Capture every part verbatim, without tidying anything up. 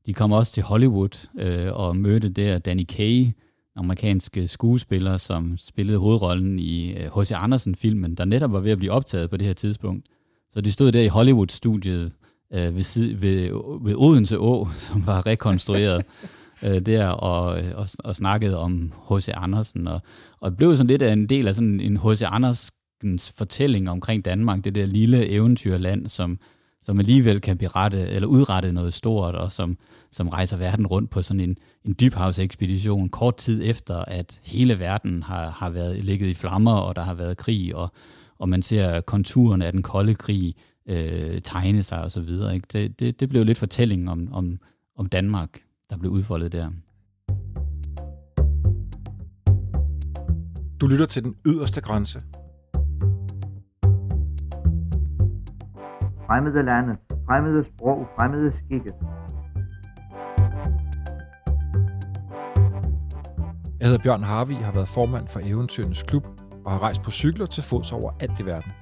de kom også til Hollywood øh, og mødte der Danny Kaye, amerikanske skuespiller, som spillede hovedrollen i H C Andersen-filmen, der netop var ved at blive optaget på det her tidspunkt. Så de stod der i Hollywood-studiet øh, ved, side, ved, ved Odense Å, som var rekonstrueret øh, der, og, og, og snakkede om H C Andersen. Og, og det blev sådan lidt af en del af sådan en H C Andersens fortælling omkring Danmark, det der lille eventyrland, som, som alligevel kan berette eller udrette noget stort, og som, som rejser verden rundt på sådan en, en dybhavsekspedition, kort tid efter, at hele verden har, har været ligget i flammer, og der har været krig, og, og man ser konturerne af den kolde krig øh, tegne sig og så videre. Ikke? Det, det, det blev lidt fortællingen om, om, om Danmark, der blev udfoldet der. Du lytter til Den Yderste Grænse. Fremmede lande, fremmede sprog, fremmede skikke. Jeg hedder Bjørn Harvig, har været formand for Eventyrenes Klub og har rejst på cykler til fods over alt i verden.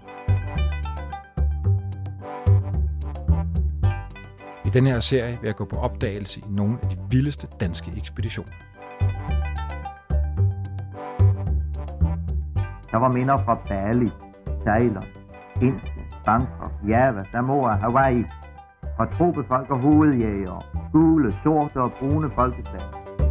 I denne her serie vil jeg gå på opdagelse i nogle af de vildeste danske ekspeditioner. Der var minder fra Bali, Thailand, Indien, Bangkok, Java, Samoa, Hawaii, fra tropefolk og hovedjægere, gule, sorte og brune folkeslag.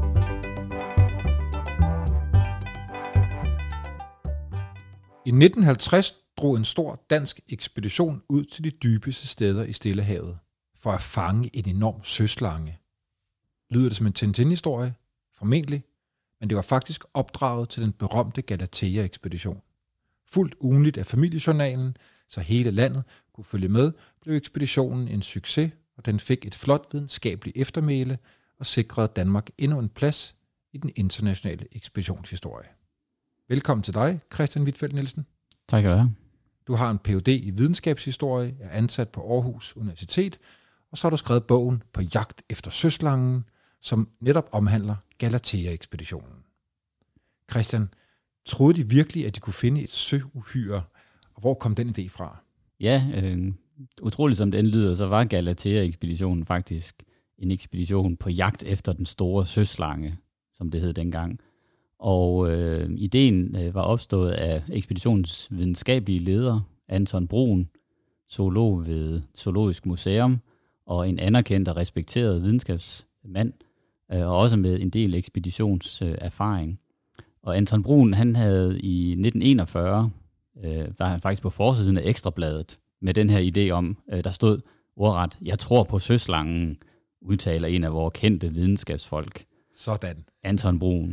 I nitten halvtreds drog en stor dansk ekspedition ud til de dybeste steder i Stillehavet for at fange en enorm søslange. Lyder det som en Tintin-historie? Formentlig, men det var faktisk opdraget til den berømte Galatea-ekspedition. Fuldt ugenligt af familiejournalen, så hele landet kunne følge med, blev ekspeditionen en succes, og den fik et flot videnskabeligt eftermæle og sikrede Danmark endnu en plads i den internationale ekspeditionshistorie. Velkommen til dig, Christian Huitfeldt Nielsen. Tak skal du have. Du har en P H D i videnskabshistorie, er ansat på Aarhus Universitet, og så har du skrevet bogen På jagt efter søslangen, som netop omhandler Galatea-ekspeditionen. Christian, troede de virkelig, at de kunne finde et søuhyre, og hvor kom den idé fra? Ja, øh, utroligt som den lyder, så var Galatea-ekspeditionen faktisk en ekspedition på jagt efter den store søslange, som det hed dengang. Og øh, ideen øh, var opstået af ekspeditionens videnskabelige leder, Anton Bruun, zoolog ved Zoologisk Museum, og en anerkendt og respekteret videnskabsmand, øh, og også med en del ekspeditionserfaring. Øh, og Anton Bruun, han havde i nitten enogfyrre, øh, var han faktisk på forsiden af Ekstrabladet, med den her idé om, øh, der stod ordret, jeg tror på søslangen, udtaler en af vores kendte videnskabsfolk. Sådan. Anton Bruun.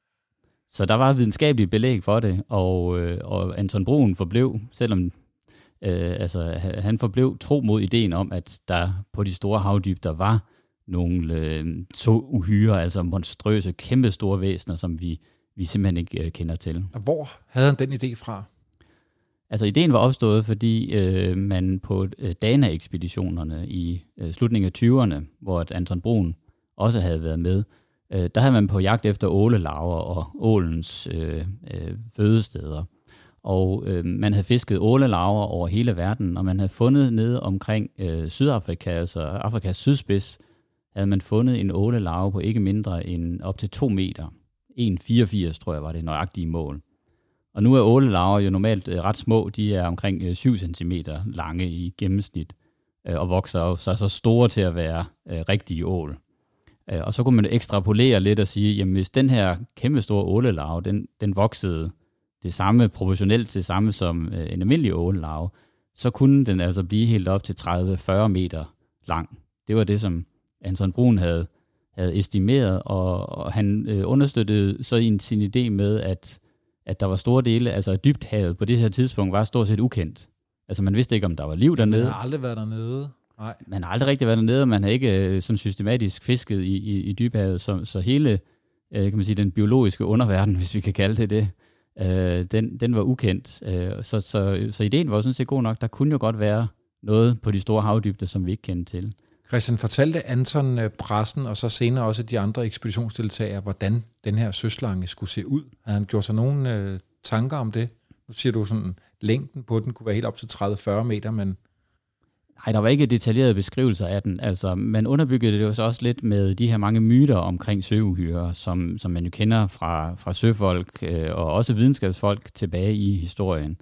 Så der var videnskabeligt belæg for det, og, øh, og Anton Bruun forblev, selvom øh, altså, han forblev tro mod ideen om, at der på de store havdybder var nogle øh, så uhyre, altså monstrøse, kæmpestore væsener, som vi, vi simpelthen ikke øh, kender til. Og hvor havde han den idé fra? Altså ideen var opstået, fordi øh, man på øh, Dana-ekspeditionerne i øh, slutningen af tyverne, hvor Anton Bruun også havde været med, øh, der havde man på jagt efter ålelarver og ålens øh, øh, fødesteder. Og øh, man havde fisket ålelarver over hele verden, og man havde fundet nede omkring øh, Sydafrika, altså Afrikas sydspids, havde man fundet en ålelarve på ikke mindre end op til to meter. en komma fireogfirs, tror jeg, var det nøjagtige mål. Og nu er ålelarver jo normalt øh, ret små. De er omkring øh, syv centimeter lange i gennemsnit, øh, og vokser jo så, så store til at være øh, rigtige ål. Øh, og så kunne man ekstrapolere lidt og sige, jamen hvis den her kæmpe store ålelarve, den, den voksede det samme, proportionelt til samme som øh, en almindelig ålelarve, så kunne den altså blive helt op til tredive til fyrre meter lang. Det var det, som Anton Bruun havde, havde estimeret, og, og han øh, understøttede så i sin idé med, at at der var store dele, altså dybthavet på det her tidspunkt var stort set ukendt. Altså man vidste ikke, om der var liv dernede. Man har aldrig været dernede. Nej. Man har aldrig rigtig været dernede, og man har ikke sådan systematisk fisket i, i, i dybhavet, så, så hele, kan man sige, den biologiske underverden, hvis vi kan kalde det det, øh, den, den var ukendt. Øh, så, så, så ideen var jo sådan set god nok. Der kunne jo godt være noget på de store havdybder, som vi ikke kendte til. Christian, fortalte Anton pressen, og så senere også de andre ekspeditionsdeltagere, hvordan den her søslange skulle se ud? Havde han gjort sig nogle øh, tanker om det? Nu siger du sådan, længden på den kunne være helt op til tredive til fyrre meter, men... Nej, der var ikke detaljerede beskrivelser af den. Altså, man underbyggede det jo så også lidt med de her mange myter omkring søuhyrer, som, som man jo kender fra, fra søfolk øh, og også videnskabsfolk tilbage i historien.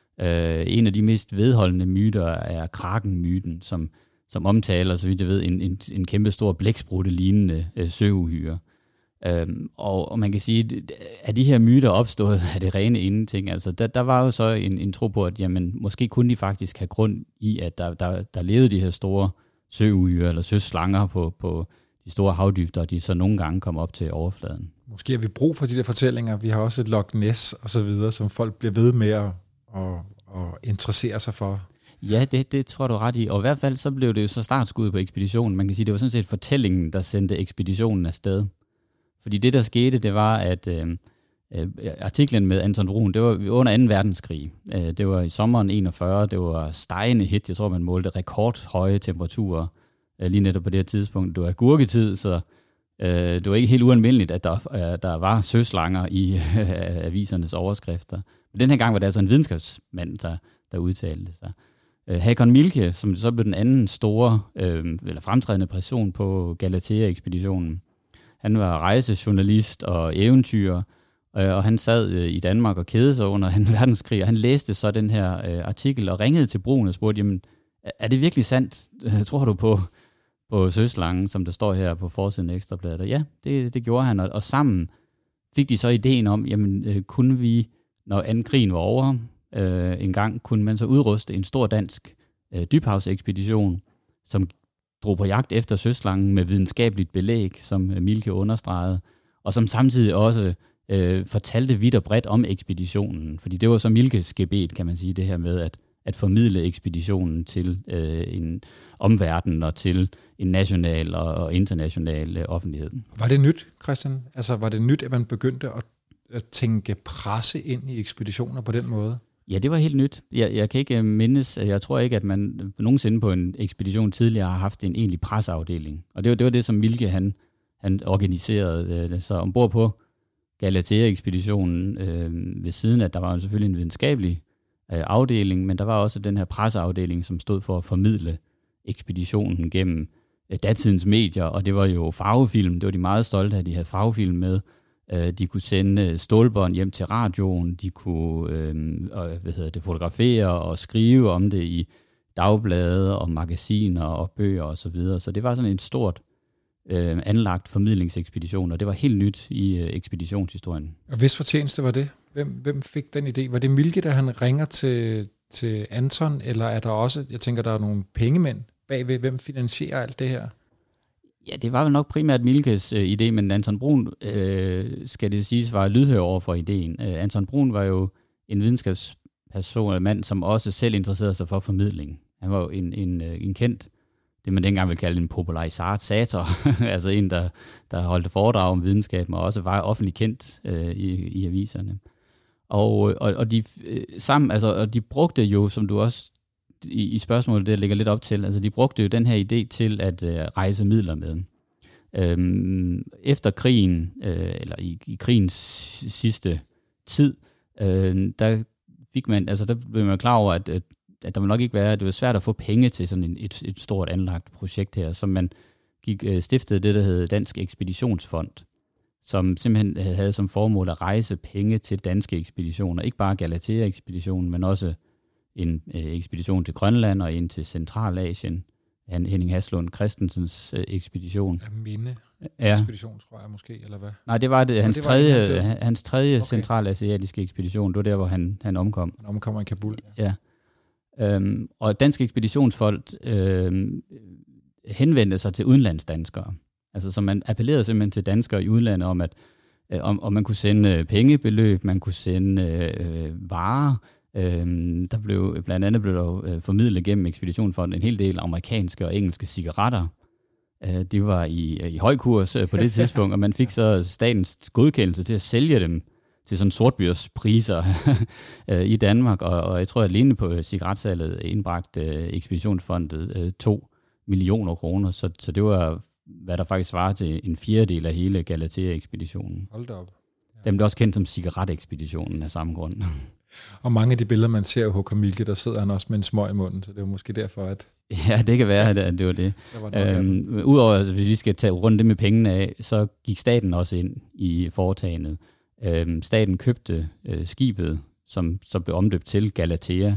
Øh, en af de mest vedholdende myter er Kraken-myten, som, som omtaler, så vidt jeg ved, en, en, en kæmpe stor blæksprutte-lignende øh, søuhyre. Øhm, og, og man kan sige, at de her myter opstået af det rene ingenting. Altså, der, der var jo så en, en tro på, at jamen, måske kunne de faktisk have grund i, at der, der, der levede de her store søuhyrer eller søslanger på, på de store havdybder, og de så nogle gange kom op til overfladen. Måske har vi brug for de der fortællinger. Vi har også et Loch Ness og så videre, som folk bliver ved med at, at, at interessere sig for. Ja, det, det tror du ret i. Og i hvert fald så blev det jo så startskud på ekspeditionen. Man kan sige, det var sådan set fortællingen, der sendte ekspeditionen afsted. Fordi det, der skete, det var, at øh, øh, artiklen med Anton Bruun, det var under anden verdenskrig. Øh, det var i sommeren enogfyrre, det var stegende hit. Jeg tror, man målte rekordhøje temperaturer øh, lige netop på det her tidspunkt. Det var agurketid, så øh, det var ikke helt ualmindeligt, at der, øh, der var søslanger i øh, avisernes overskrifter. Men den her gang var det altså en videnskabsmand, der, der udtalte sig. Øh, Hakon Mielke, som så blev den anden store, øh, eller fremtrædende person på Galatea-ekspeditionen. Han var rejsejournalist og eventyrer, og han sad i Danmark og kedede sig under anden verdenskrig, og han læste så den her artikel og ringede til Bruun og spurgte, jamen, er det virkelig sandt? Tror du på, på søslangen, som der står her på forsiden af Ekstrabladet? Og ja, det, det gjorde han, og, og sammen fik de så ideen om, jamen, kunne vi, når anden krigen var over, øh, en gang, kunne man så udruste en stor dansk øh, dybhavsekspedition, som drog på jagt efter søslangen med videnskabeligt belæg, som Mielke understregede, og som samtidig også øh, fortalte vidt og bredt om ekspeditionen. Fordi det var så Mielkes gebet, kan man sige, det her med at, at formidle ekspeditionen til øh, en omverden og til en national og, og international øh, offentlighed. Var det nyt, Christian? Altså var det nyt, at man begyndte at, at tænke presse ind i ekspeditioner på den måde? Ja, det var helt nyt. Jeg, jeg kan ikke mindes, jeg tror ikke, at man nogensinde på en ekspedition tidligere har haft en egentlig presseafdeling. Og det var det, var det som Mielke han, han organiserede. Så ombord på Galatea-ekspeditionen øh, ved siden af, der var jo selvfølgelig en videnskabelig øh, afdeling, men der var også den her presseafdeling, som stod for at formidle ekspeditionen gennem øh, datidens medier, og det var jo farvefilm. Det var de meget stolte af, at de havde farvefilm med. De kunne sende stålbånd hjem til radioen, de kunne øh, hvad hedder det, fotografere og skrive om det i dagblade og magasiner og bøger og så videre. Så det var sådan en stort øh, anlagt formidlingsekspedition, og det var helt nyt i øh, ekspeditionshistorien. Og hvis fortjeneste var det? Hvem, hvem fik den idé? Var det Mielke, der han ringer til, til Anton, eller er der også, jeg tænker, der er nogle pengemænd bagved, hvem finansierer alt det her? Ja, det var vel nok primært Mielkes øh, idé, men Anton Bruun, øh, skal det siges, var lydhør over for ideen. Øh, Anton Bruun var jo en videnskabsperson, en mand, som også selv interesserede sig for formidling. Han var jo en, en, en kendt, det man dengang ville kalde en popularisator, altså en, der, der holdt foredrag om videnskaben, og også var offentligt kendt øh, i, i aviserne. Og, og, og, de, øh, sammen, altså, og de brugte jo, som du også i, i spørgsmålet, der ligger lidt op til, altså de brugte jo den her idé til at øh, rejse midler med. Øhm, efter krigen, øh, eller i, i krigens sidste tid, øh, der fik man, altså der blev man klar over, at, at, at der må nok ikke være, at det var svært at få penge til sådan en, et, et stort anlagt projekt her, som man gik øh, stiftede det, der hed Dansk Ekspeditionsfond, som simpelthen havde som formål at rejse penge til danske ekspeditioner, ikke bare Galatea-ekspeditionen, men også en øh, ekspedition til Grønland og en til Centralasien. Henning Haslund Christensens øh, ekspedition. Ja, minde ja. ekspedition, tror jeg måske, eller hvad? Nej, det var det, hans, det var tredje, en, hans tredje okay. centralasiatiske ekspedition. Det var der, hvor han, han omkom. Han omkommer i Kabul. Ja. ja. Øhm, og Dansk Ekspeditionsfond øhm, henvendte sig til udenlandsdanskere. Altså, så man appellerede simpelthen til danskere i udlandet om, at øh, om, om man kunne sende pengebeløb, man kunne sende øh, varer. Øhm, der blev blandt andet blev der øh, formidlet gennem Ekspeditionsfonden en hel del amerikanske og engelske cigaretter. Øh, de var i, i høj kurs øh, på det tidspunkt, og man fik så statens godkendelse til at sælge dem til sådan sortbørspriser øh, i Danmark, og, og jeg tror, at alene på cigaretsalget indbragte øh, Ekspeditionsfondet øh, to millioner kroner, så, så det var, hvad der faktisk svarer til en fjerdedel af hele Galatea-ekspeditionen. Hold da op. Ja. Den blev også kendt som cigaretekspeditionen af samme grund. Og mange af de billeder, man ser af Håkon Mielke, der sidder han også med en smøg i munden, så det er måske derfor, at... Ja, det kan være, at det var det. det øhm, Udover, altså, hvis vi skal tage rundt det med pengene af, så gik staten også ind i foretagendet. Øhm, staten købte øh, skibet, som så blev omdøbt til Galatea,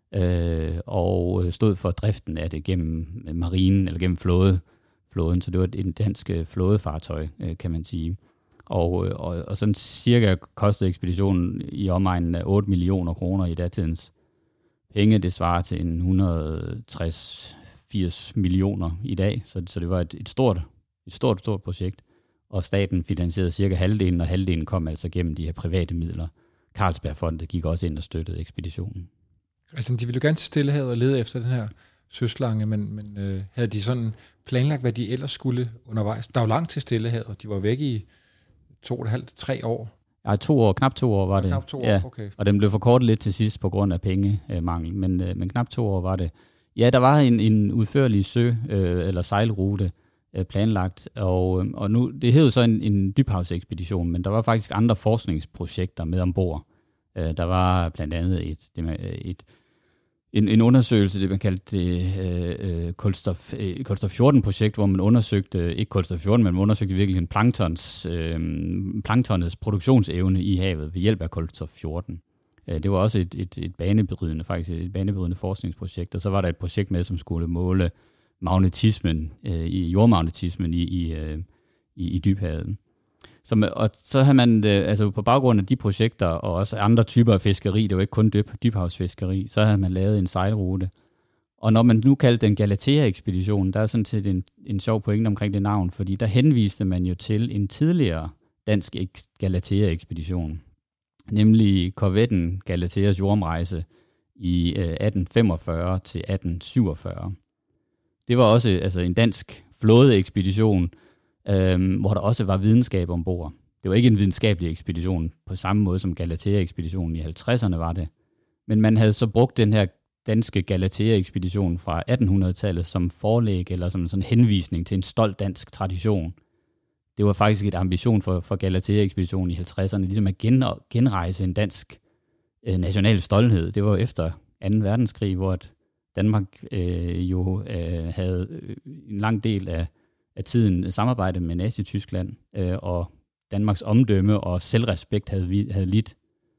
øh, og stod for driften af det gennem marinen, eller gennem flåde, flåden. Så det var et dansk flådefartøj, øh, kan man sige. Og, og, og sådan cirka kostede ekspeditionen i omegnen af otte millioner kroner i datidens penge. Det svarer til en et hundrede og tres til firs millioner i dag, så, så det var et, et, stort, et stort, stort projekt. Og staten finansierede cirka halvdelen, og halvdelen kom altså gennem de her private midler. Carlsbergfondet gik også ind og støttede ekspeditionen. Altså, de ville jo gerne til Stillehavet og lede efter den her søslange, men, men øh, havde de sådan planlagt, hvad de ellers skulle undervejs? Der er jo langt til Stillehavet, og de var væk i to og et halvt, tre år. Ja, to år, knap to år var det. Knap to år, ja, okay. Og den blev forkortet lidt til sidst på grund af pengemangel, men, men knap to år var det. Ja, der var en, en udførlig sø- øh, eller sejlrute øh, planlagt, og, og nu, det hed jo så en, en dybhavsekspedition, men der var faktisk andre forskningsprojekter med ombord. Øh, der var blandt andet et, det med, et, en, en undersøgelse, det man kaldte det øh, kulstof, øh, kulstof fjorten-projekt, hvor man undersøgte, ikke kulstof fjorten, men man undersøgte virkelig en planktons, øh, planktonets produktionsevne i havet ved hjælp af kulstof fjorten. Det var også et, et, et banebrydende, faktisk et banebrydende forskningsprojekt, og så var der et projekt med, som skulle måle magnetismen, øh, i jordmagnetismen i, i, øh, i, i dybhavet. Så, og så har man, øh, altså på baggrund af de projekter, og også andre typer af fiskeri, det var ikke kun dyb, dybhavsfiskeri, så har man lavet en sejlrute. Og når man nu kaldte den Galatea-ekspedition, der er sådan set en, en sjov pointe omkring det navn, fordi der henviste man jo til en tidligere dansk Galatea-ekspedition, nemlig korvetten Galateas jordomrejse i atten femogfyrre til atten syvogfyrre. Det var også altså, en dansk flådeekspedition, øhm, hvor der også var videnskab ombord. Det var ikke en videnskabelig ekspedition på samme måde som Galatea-ekspeditionen i halvtredserne var det. Men man havde så brugt den her danske Galatea-ekspedition fra attenhundredetallet som forlæg eller som sådan henvisning til en stolt dansk tradition. Det var faktisk et ambition for, for Galatea-ekspeditionen i halvtredserne, ligesom at gen, genrejse en dansk øh, national stolthed. Det var jo efter anden verdenskrig, hvor Danmark øh, jo øh, havde en lang del af, af tiden samarbejdet med Nazi-Tyskland, øh, og Danmarks omdømme og selvrespekt havde, havde lidt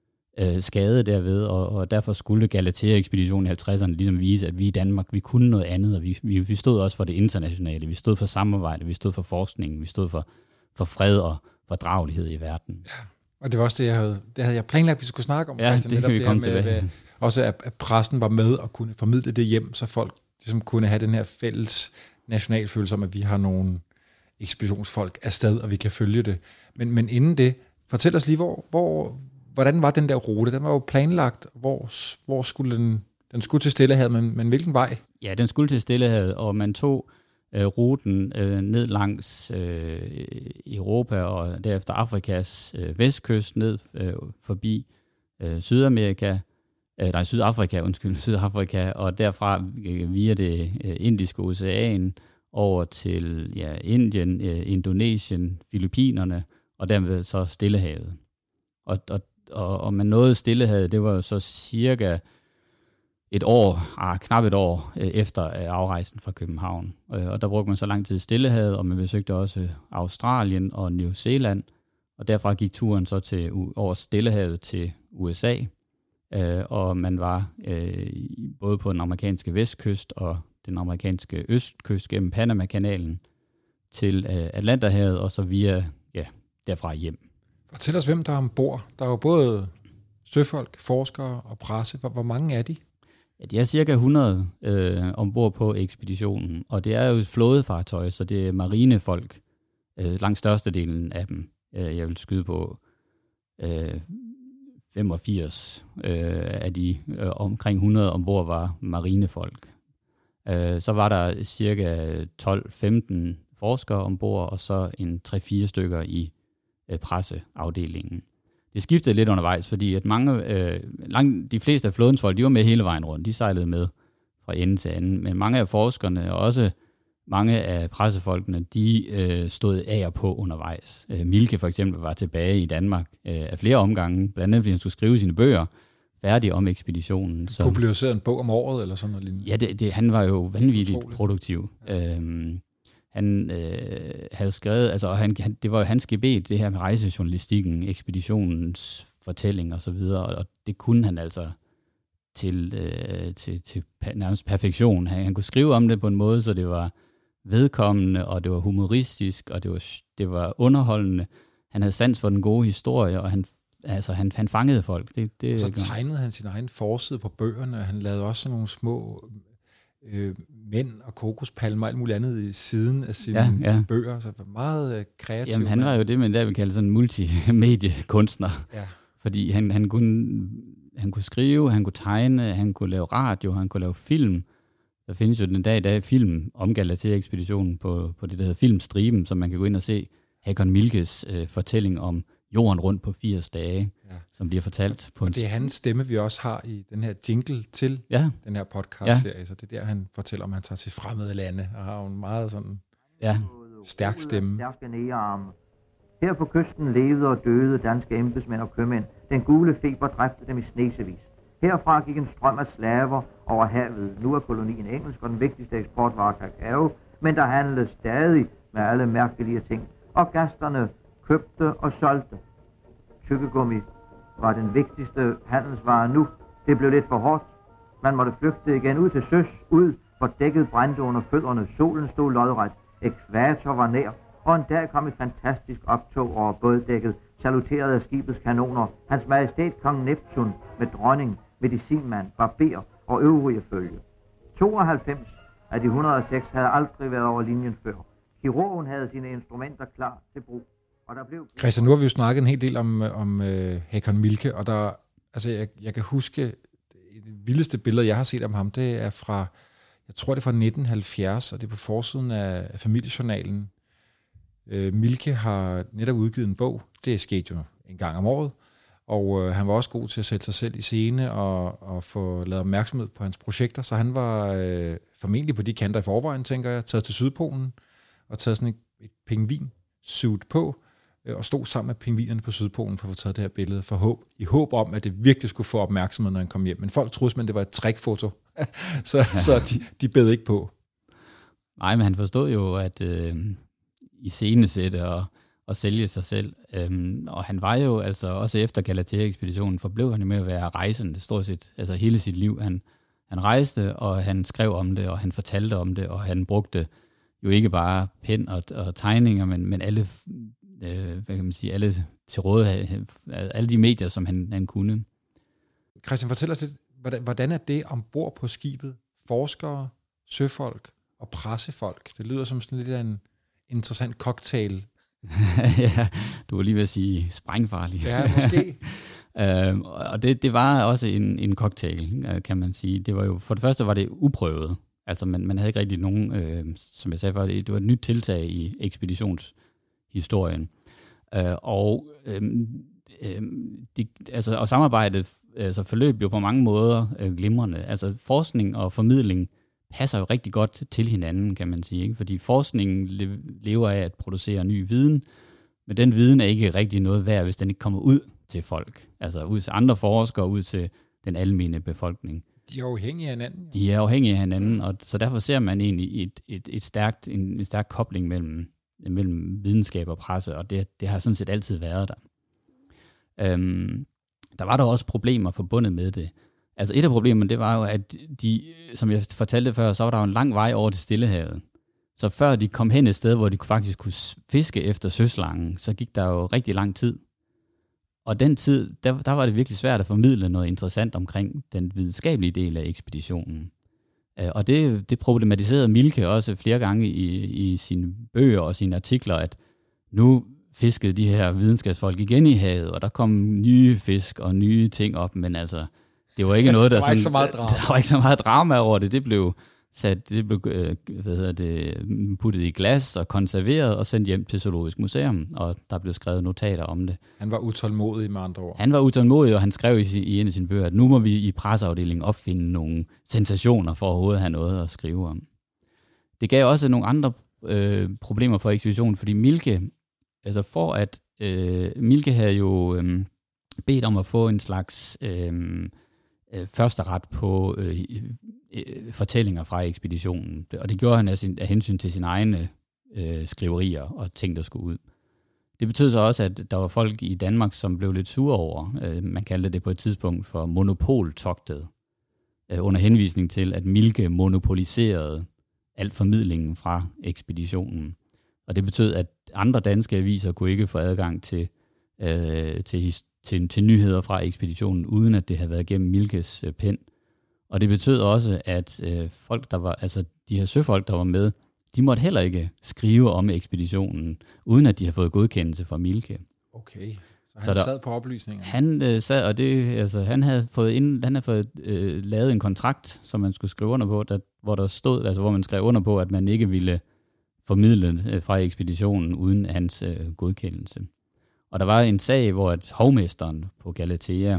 øh, skade derved, og, og derfor skulle Galatea-ekspeditionen i halvtredserne ligesom vise, at vi i Danmark, vi kunne noget andet, og vi, vi, vi stod også for det internationale, vi stod for samarbejde, vi stod for forskningen, vi stod for for fred og fordragelighed i verden. Ja, og det var også det, jeg havde, det havde jeg planlagt, at vi skulle snakke om. Ja, faktisk, det kan vi det komme med, tilbage. Med, også at, at pressen var med og kunne formidle det hjem, så folk ligesom kunne have den her fælles nationalfølelse om, at vi har nogle ekspeditionsfolk afsted, og vi kan følge det. Men, men inden det, fortæl os lige, hvor, hvor, hvordan var den der rute? Den var jo planlagt. Hvor, hvor skulle den, den skulle til Stillehavet, men, men hvilken vej? Ja, den skulle til Stillehavet, og man tog øh, ruten øh, ned langs øh, Europa og derefter Afrikas øh, vestkyst, ned øh, forbi øh, Sydamerika, øh, nej, Sydafrika, undskyld, Sydafrika, og derfra øh, via det øh, indiske ocean over til ja, Indien, øh, Indonesien, Filippinerne, og dermed så Stillehavet. Og, og, og, og man nåede Stillehavet, det var jo så cirka et år, ah, knap et år øh, efter øh, afrejsen fra København. Øh, og der brugte man så lang tid i Stillehavet, og man besøgte også Australien og New Zealand, og derfra gik turen så til over Stillehavet til U S A, øh, og man var øh, både på den amerikanske vestkyst og den amerikanske østkyst gennem Panama-kanalen til øh, Atlanterhavet, og så via, ja, derfra hjem. Fortæl os, hvem der er ombord. Der er jo både søfolk, forskere og presse. Hvor, hvor mange er de? Ja, de er cirka hundrede øh, ombord på ekspeditionen, og det er jo et flådefartøj, så det er marinefolk, øh, langt størstedelen af dem. Øh, jeg vil skyde på øh, femogfirs øh, af de øh, omkring hundrede ombord var marinefolk. Øh, så var der cirka tolv femten forskere ombord, og så en tre fire stykker i øh, presseafdelingen. Det skiftede lidt undervejs, fordi at mange, øh, langt, de fleste af flådens folk, de var med hele vejen rundt. De sejlede med fra ende til anden. Men mange af forskerne, og også mange af pressefolkene, de øh, stod af og på undervejs. Øh, Mielke for eksempel var tilbage i Danmark øh, af flere omgange, blandt andet fordi han skulle skrive sine bøger færdige om ekspeditionen. Så publicerede en bog om året eller sådan noget lignende? Ja, det, det, han var jo vanvittigt Utroligt. produktiv. Ja. Øhm, han øh, havde skrevet, altså han, han, det var jo hans gebet, det her med rejsejournalistikken, ekspeditionens fortælling og så videre, og det kunne han altså til, øh, til, til nærmest perfektion. Han, han kunne skrive om det på en måde, så det var vedkommende, og det var humoristisk, og det var, det var underholdende. Han havde sans for den gode historie, og han, altså, han, han fangede folk. Det, det, så tegnede han sin egen forside på bøgerne, og han lavede også sådan nogle små øh, mænd og kokospalmer og alt muligt andet i siden af sine ja, ja. bøger. Så var meget øh, kreativ. Jamen, han var jo det, man der vil kalde sådan en multimediekunstner. Ja. Fordi han, han, kunne, han kunne skrive, han kunne tegne, han kunne lave radio, han kunne lave film. Der findes jo den dag i dag film om Galatea-ekspeditionen på, på det, der hedder Filmstriben, som man kan gå ind og se Hakon Mielkes øh, fortælling om jorden rundt på firs dage, ja. som bliver fortalt på og en... det er hans stemme, vi også har i den her jingle til ja. den her podcast-serie, ja. så det er der, han fortæller om, han tager til fremmede lande, og har en meget sådan ja. stærk stemme. Her på kysten levede og døde danske embedsmænd og købmænd. Den gule feber dræbte dem i snesevis. Herfra gik en strøm af slaver over havet. Nu er kolonien engelsk, og den vigtigste eksport var kakao, men der handlede stadig med alle mærkelige ting. Og gasterne købte og solgte. Tykkegummi var den vigtigste handelsvare nu. Det blev lidt for hårdt. Man måtte flygte igen ud til søs, ud, hvor dækket brændte under fødderne. Solen stod lodret. Ekvator var nær. Og en dag kom et fantastisk optog over båddækket, saluteret af skibets kanoner. Hans Majestæt Kong Neptun med dronning, medicinmand, barber og øvrige følge. tooghalvfems af de et hundrede og seks havde aldrig været over linjen før. Kirurgen havde sine instrumenter klar til brug. Og der blev... Christian, nu har vi jo snakket en hel del om, om uh, Hakon Mielke, og der, altså, jeg, jeg kan huske, det vildeste billede, jeg har set om ham, det er fra, jeg tror det er fra nitten halvfjerds, og det er på forsiden af Familiejournalen. Uh, Mielke har netop udgivet en bog, det er sket jo en gang om året, og uh, han var også god til at sætte sig selv i scene og, og få lavet opmærksomhed på hans projekter, så han var uh, formentlig på de kanter i forvejen, tænker jeg, taget til Sydpolen og taget sådan et, et pingvin-suit på, uh, og stod sammen med pingvinerne på Sydpolen for at få taget det her billede, for håb, i håb om, at det virkelig skulle få opmærksomhed, når han kom hjem. Men folk troede simpelthen, det var et trickfoto, så, ja. så de, de bed ikke på. Nej, men han forstod jo, at... Øh iscenesætte og, og sælge sig selv. Øhm, og han var jo altså også efter Galatea-ekspeditionen, forblev han med at være rejsende stort set, altså hele sit liv. Han, han rejste, og han skrev om det, og han fortalte om det, og han brugte jo ikke bare pen og, og tegninger, men, men alle, øh, hvad kan man sige, alle til rådighed, alle de medier, som han, han kunne. Christian, fortæl os lidt, hvordan, hvordan er det ombord på skibet? Forskere, søfolk og pressefolk. Det lyder som sådan lidt af en interessant cocktail. Ja, du var lige ved at sige sprængfarlig. Ja, måske. øhm, og det, det var også en, en cocktail, kan man sige. Det var jo, for det første var det uprøvet. Altså man, man havde ikke rigtig nogen, øh, som jeg sagde før, det, det var et nyt tiltag i ekspeditionshistorien. Øh, og øh, øh, de, altså, og samarbejdet altså, forløb jo på mange måder øh, glimrende. Altså forskning og formidling passer jo rigtig godt til hinanden, kan man sige. Ikke? Fordi forskningen lever af at producere ny viden, men den viden er ikke rigtig noget værd, hvis den ikke kommer ud til folk. Altså ud til andre forskere, ud til den almene befolkning. De er afhængige af hinanden. Ja. De er afhængige af hinanden, og så derfor ser man egentlig et, et, et stærkt, en, en stærk kobling mellem, mellem videnskab og presse, og det, det har sådan set altid været der. Øhm, der var der også problemer forbundet med det. Altså et af problemerne, det var jo, at de, som jeg fortalte før, så var der jo en lang vej over til Stillehavet. Så før de kom hen et sted, hvor de faktisk kunne fiske efter søslangen, så gik der jo rigtig lang tid. Og den tid, der, der var det virkelig svært at formidle noget interessant omkring den videnskabelige del af ekspeditionen. Og det, det problematiserede Mielke også flere gange i, i sine bøger og sine artikler, at nu fiskede de her videnskabsfolk igen i havet, og der kom nye fisk og nye ting op, men altså... Det var ikke noget, der, der var sådan, ikke så meget drama. Der var ikke så meget drama over det. Det blev sat, det blev hvad hedder det, puttet i glas og konserveret og sendt hjem til Zoologisk Museum, og der blev skrevet notater om det. Han var utålmodig med andre ord. Han var utålmodig, og han skrev i, i en af sine bøger, at nu må vi i presseafdelingen opfinde nogle sensationer for overhovedet at have noget at skrive om. det gav også nogle andre øh, problemer for ekspeditionen, fordi Mielke, altså for at øh, Mielke havde jo øh, bedt om at få en slags øh, øh, første ret på øh, øh, fortællinger fra ekspeditionen, og det gjorde han af, sin, af hensyn til sine egne øh, skriverier og ting, der skulle ud. Det betød så også, at der var folk i Danmark, som blev lidt sure over, øh, man kaldte det på et tidspunkt for monopoltogtet, øh, under henvisning til, at Mielke monopoliserede al formidlingen fra ekspeditionen. Og det betød, at andre danske aviser kunne ikke få adgang til, øh, til, til, til nyheder fra ekspeditionen, uden at det havde været gennem Mielkes øh, pen. Og det betød også, at øh, folk, der var, altså de her søfolk, der var med, de måtte heller ikke skrive om ekspeditionen, uden at de havde fået godkendelse fra Mielke. Okay, så han så der, sad på oplysninger? Han øh, sad, og det, altså, han havde fået, ind, han havde fået øh, lavet en kontrakt, som man skulle skrive under på, der, hvor der stod, altså hvor man skrev under på, at man ikke ville formidle øh, fra ekspeditionen uden hans øh, godkendelse. Og der var en sag, hvor at hovmesteren på Galatea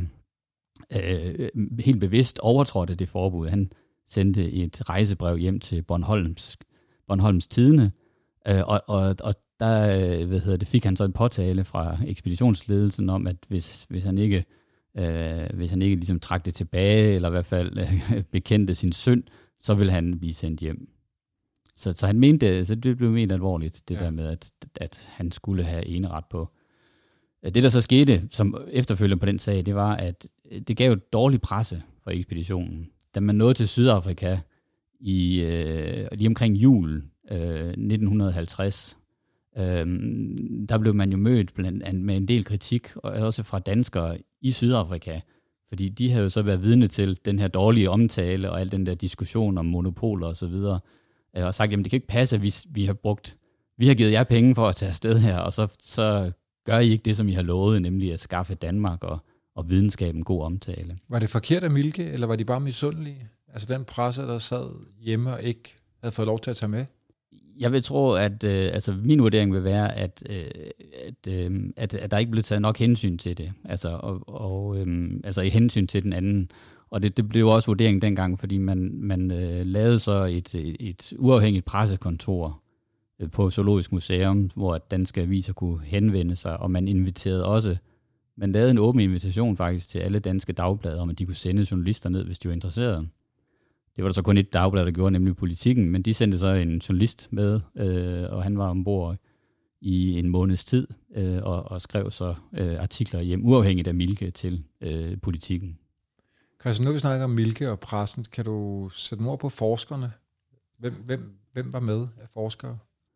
øh, helt bevidst overtrådte det forbud. Han sendte et rejsebrev hjem til Bornholms Bornholms Tidende, øh, og, og, og der hvad hedder det, fik han så en påtale fra ekspeditionsledelsen om, at hvis, hvis han ikke, øh, hvis han ikke ligesom trak det tilbage, eller i hvert fald øh, bekendte sin synd, så ville han blive sendt hjem. Så, så han mente, så det blev ment alvorligt, det ja. der med, at, at han skulle have eneret på. Det, der så skete, som efterfølger på den sag, det var, at det gav et dårligt presse for ekspeditionen. Da man nåede til Sydafrika, i øh, lige omkring jul øh, nitten halvtreds, øh, der blev man jo mødt blandt andet med en del kritik, og også fra danskere i Sydafrika, fordi de havde jo så været vidne til den her dårlige omtale og al den der diskussion om monopoler og så videre, øh, og sagt, jamen det kan ikke passe, at vi, vi har brugt, vi har givet jer penge for at tage afsted her, og så, så gør I ikke det, som I har lovet, nemlig at skaffe Danmark og, og videnskaben god omtale. Var det forkert af Mielke, eller var de bare misundelige? Altså den presse, der sad hjemme og ikke havde fået lov til at tage med? Jeg vil tro, at øh, altså min vurdering vil være, at, øh, at, øh, at, at der ikke blev taget nok hensyn til det. Altså, og, og, øh, altså i hensyn til den anden. Og det, det blev også vurderingen dengang, fordi man, man øh, lavede så et, et, et uafhængigt pressekontor øh, på Zoologisk Museum, hvor danske aviser kunne henvende sig, og man inviterede også, man lavede en åben invitation faktisk til alle danske dagblade, om at de kunne sende journalister ned, hvis de var interesserede. Det var der så kun et dagblad, der gjorde, nemlig Politikken, men de sendte så en journalist med, øh, og han var ombord i en måneds tid, øh, og, og skrev så øh, artikler hjem, uafhængigt af Mielke, til øh, Politikken. Christian, nu vi snakker om Mielke og pressen, kan du sætte ord på forskerne? Hvem, hvem, hvem var med af forskere?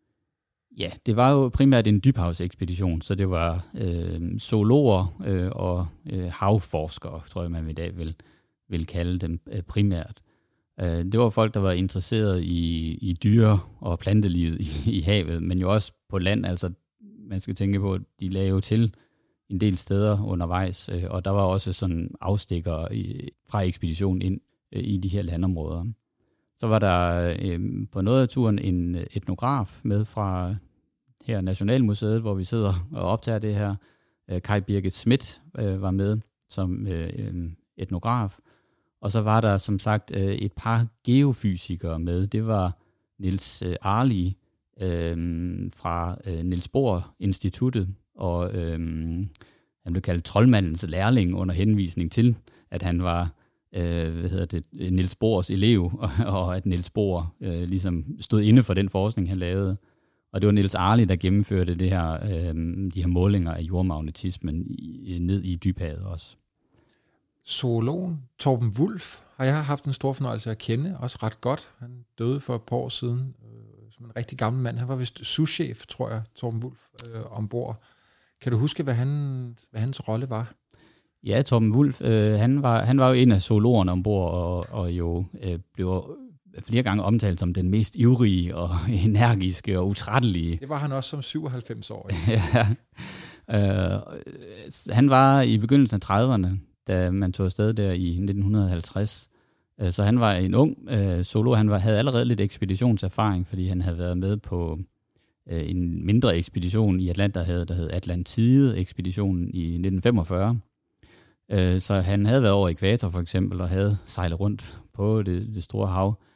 Ja, det var jo primært en dybhavsekspedition, så det var øh, zoologer øh, og øh, havforskere, tror jeg, man i dag vil, vil kalde dem øh, primært. Det var folk, der var interesseret i, i dyre- og plantelivet i, i havet, men jo også på land. Altså, man skal tænke på, at de lagde jo til en del steder undervejs, og der var også sådan afstikker i, fra ekspeditionen ind i de her landområder. Så var der øh, på noget af turen en etnograf med fra her Nationalmuseet, hvor vi sidder og optager det her. Kai Birgit Schmidt øh, var med som øh, etnograf. Og så var der som sagt et par geofysikere med. Det var Niels Arli øh, fra øh, Niels Bohr Instituttet, og øh, han blev kaldt troldmandens lærling under henvisning til, at han var øh, hvad hedder det, Niels Bohrs elev, og, og at Niels Bohr øh, ligesom stod inde for den forskning, han lavede. Og det var Niels Arli, der gennemførte det her, øh, de her målinger af jordmagnetismen i, ned i dybhavet også. Zoologen Torben Wulff har jeg haft en stor fornøjelse at kende, også ret godt. Han døde for et par år siden, øh, som en rigtig gammel mand. Han var vist souschef, tror jeg, Torben Wulff, øh, ombord. Kan du huske, hvad, han, hvad hans rolle var? Ja, Torben Wulff, øh, han, var, han var jo en af zoologerne ombord, og, og jo øh, blev flere gange omtalt som den mest ivrige og energiske og utrættelige. Det var han også som syvoghalvfems-årig. Ja. Øh, han var i begyndelsen af trediverne, da man tog afsted der i nitten halvtreds. Så han var en ung øh, zoolog. Han var, havde allerede lidt ekspeditionserfaring, fordi han havde været med på øh, en mindre ekspedition i Atlanterhavet, der hed Atlantide-ekspeditionen i nitten femogfyrre. Øh, så han havde været over Ækvator for eksempel, og havde sejlet rundt på det, det store hav.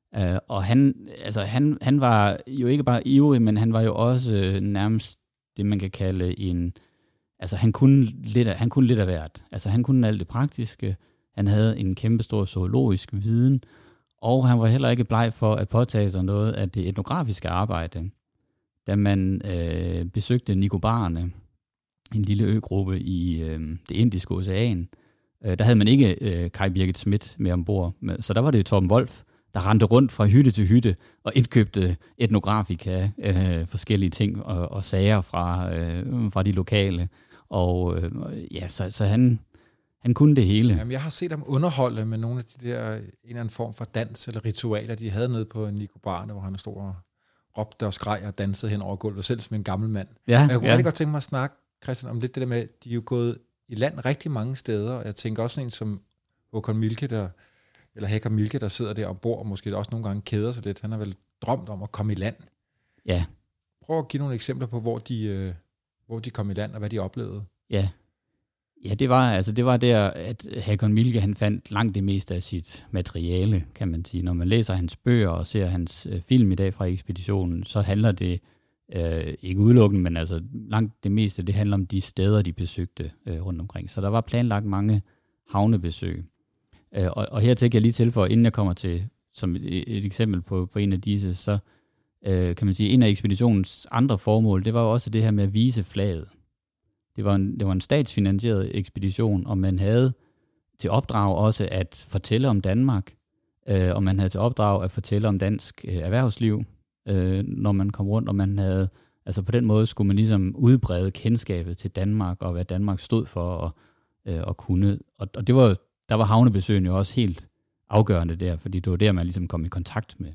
Uh, og han, altså, han, han var jo ikke bare ivrig, men han var jo også nærmest det, man kan kalde en... Altså, han kunne lidt af, han kunne lidt af hvert. Altså, han kunne alt det praktiske. Han havde en kæmpestor zoologisk viden, og han var heller ikke bleg for at påtage sig noget af det etnografiske arbejde. Da man øh, besøgte Nicobarerne, en lille øgruppe i øh, det indiske ocean, øh, der havde man ikke øh, Kai Birgit Schmidt med ombord. Så der var det jo Torben Wolf, der rendte rundt fra hytte til hytte og indkøbte etnografika, øh, forskellige ting og, og sager fra, øh, fra de lokale. Og øh, ja, så, så han, han kunne det hele. Jamen, jeg har set ham underholde med nogle af de der, en eller anden form for dans eller ritualer, de havde nede på Nicobarerne, hvor han stod og råbte og skreg og dansede hen over gulvet, selv som en gammel mand. Ja, jeg kunne ja. rigtig godt tænke mig at snakke, Christian, om lidt det der med, de er jo gået i land rigtig mange steder, og jeg tænker også en som Håkon Mielke, der, eller Hækker Mielke, der sidder der ombord, og måske også nogle gange keder sig lidt. Han har vel drømt om at komme i land. Ja. Prøv at give nogle eksempler på, hvor de, øh, hvor de kom i land, og hvad de oplevede. Ja. Ja, det var, altså, det var der, at Håkon Mielke, han fandt langt det meste af sit materiale, kan man sige. Når man læser hans bøger og ser hans øh, film i dag fra ekspeditionen, så handler det øh, ikke udelukkende, men altså langt det meste, det handler om de steder, de besøgte øh, rundt omkring. Så der var planlagt mange havnebesøg. Øh, og, og her tænker jeg lige til, for inden jeg kommer til, som et, et eksempel på, på en af disse, så øh, kan man sige, en af ekspeditionens andre formål, det var jo også det her med at vise flaget. Det var, en, det var en statsfinansieret ekspedition, og man havde til opdrag også at fortælle om Danmark, øh, og man havde til opdrag at fortælle om dansk øh, erhvervsliv, øh, når man kom rundt, og man havde, altså på den måde skulle man ligesom udbrede kendskabet til Danmark, og hvad Danmark stod for, og, øh, og kunne. Og, og det var, der var havnebesøgene jo også helt afgørende der, fordi det var der, man ligesom kom i kontakt med,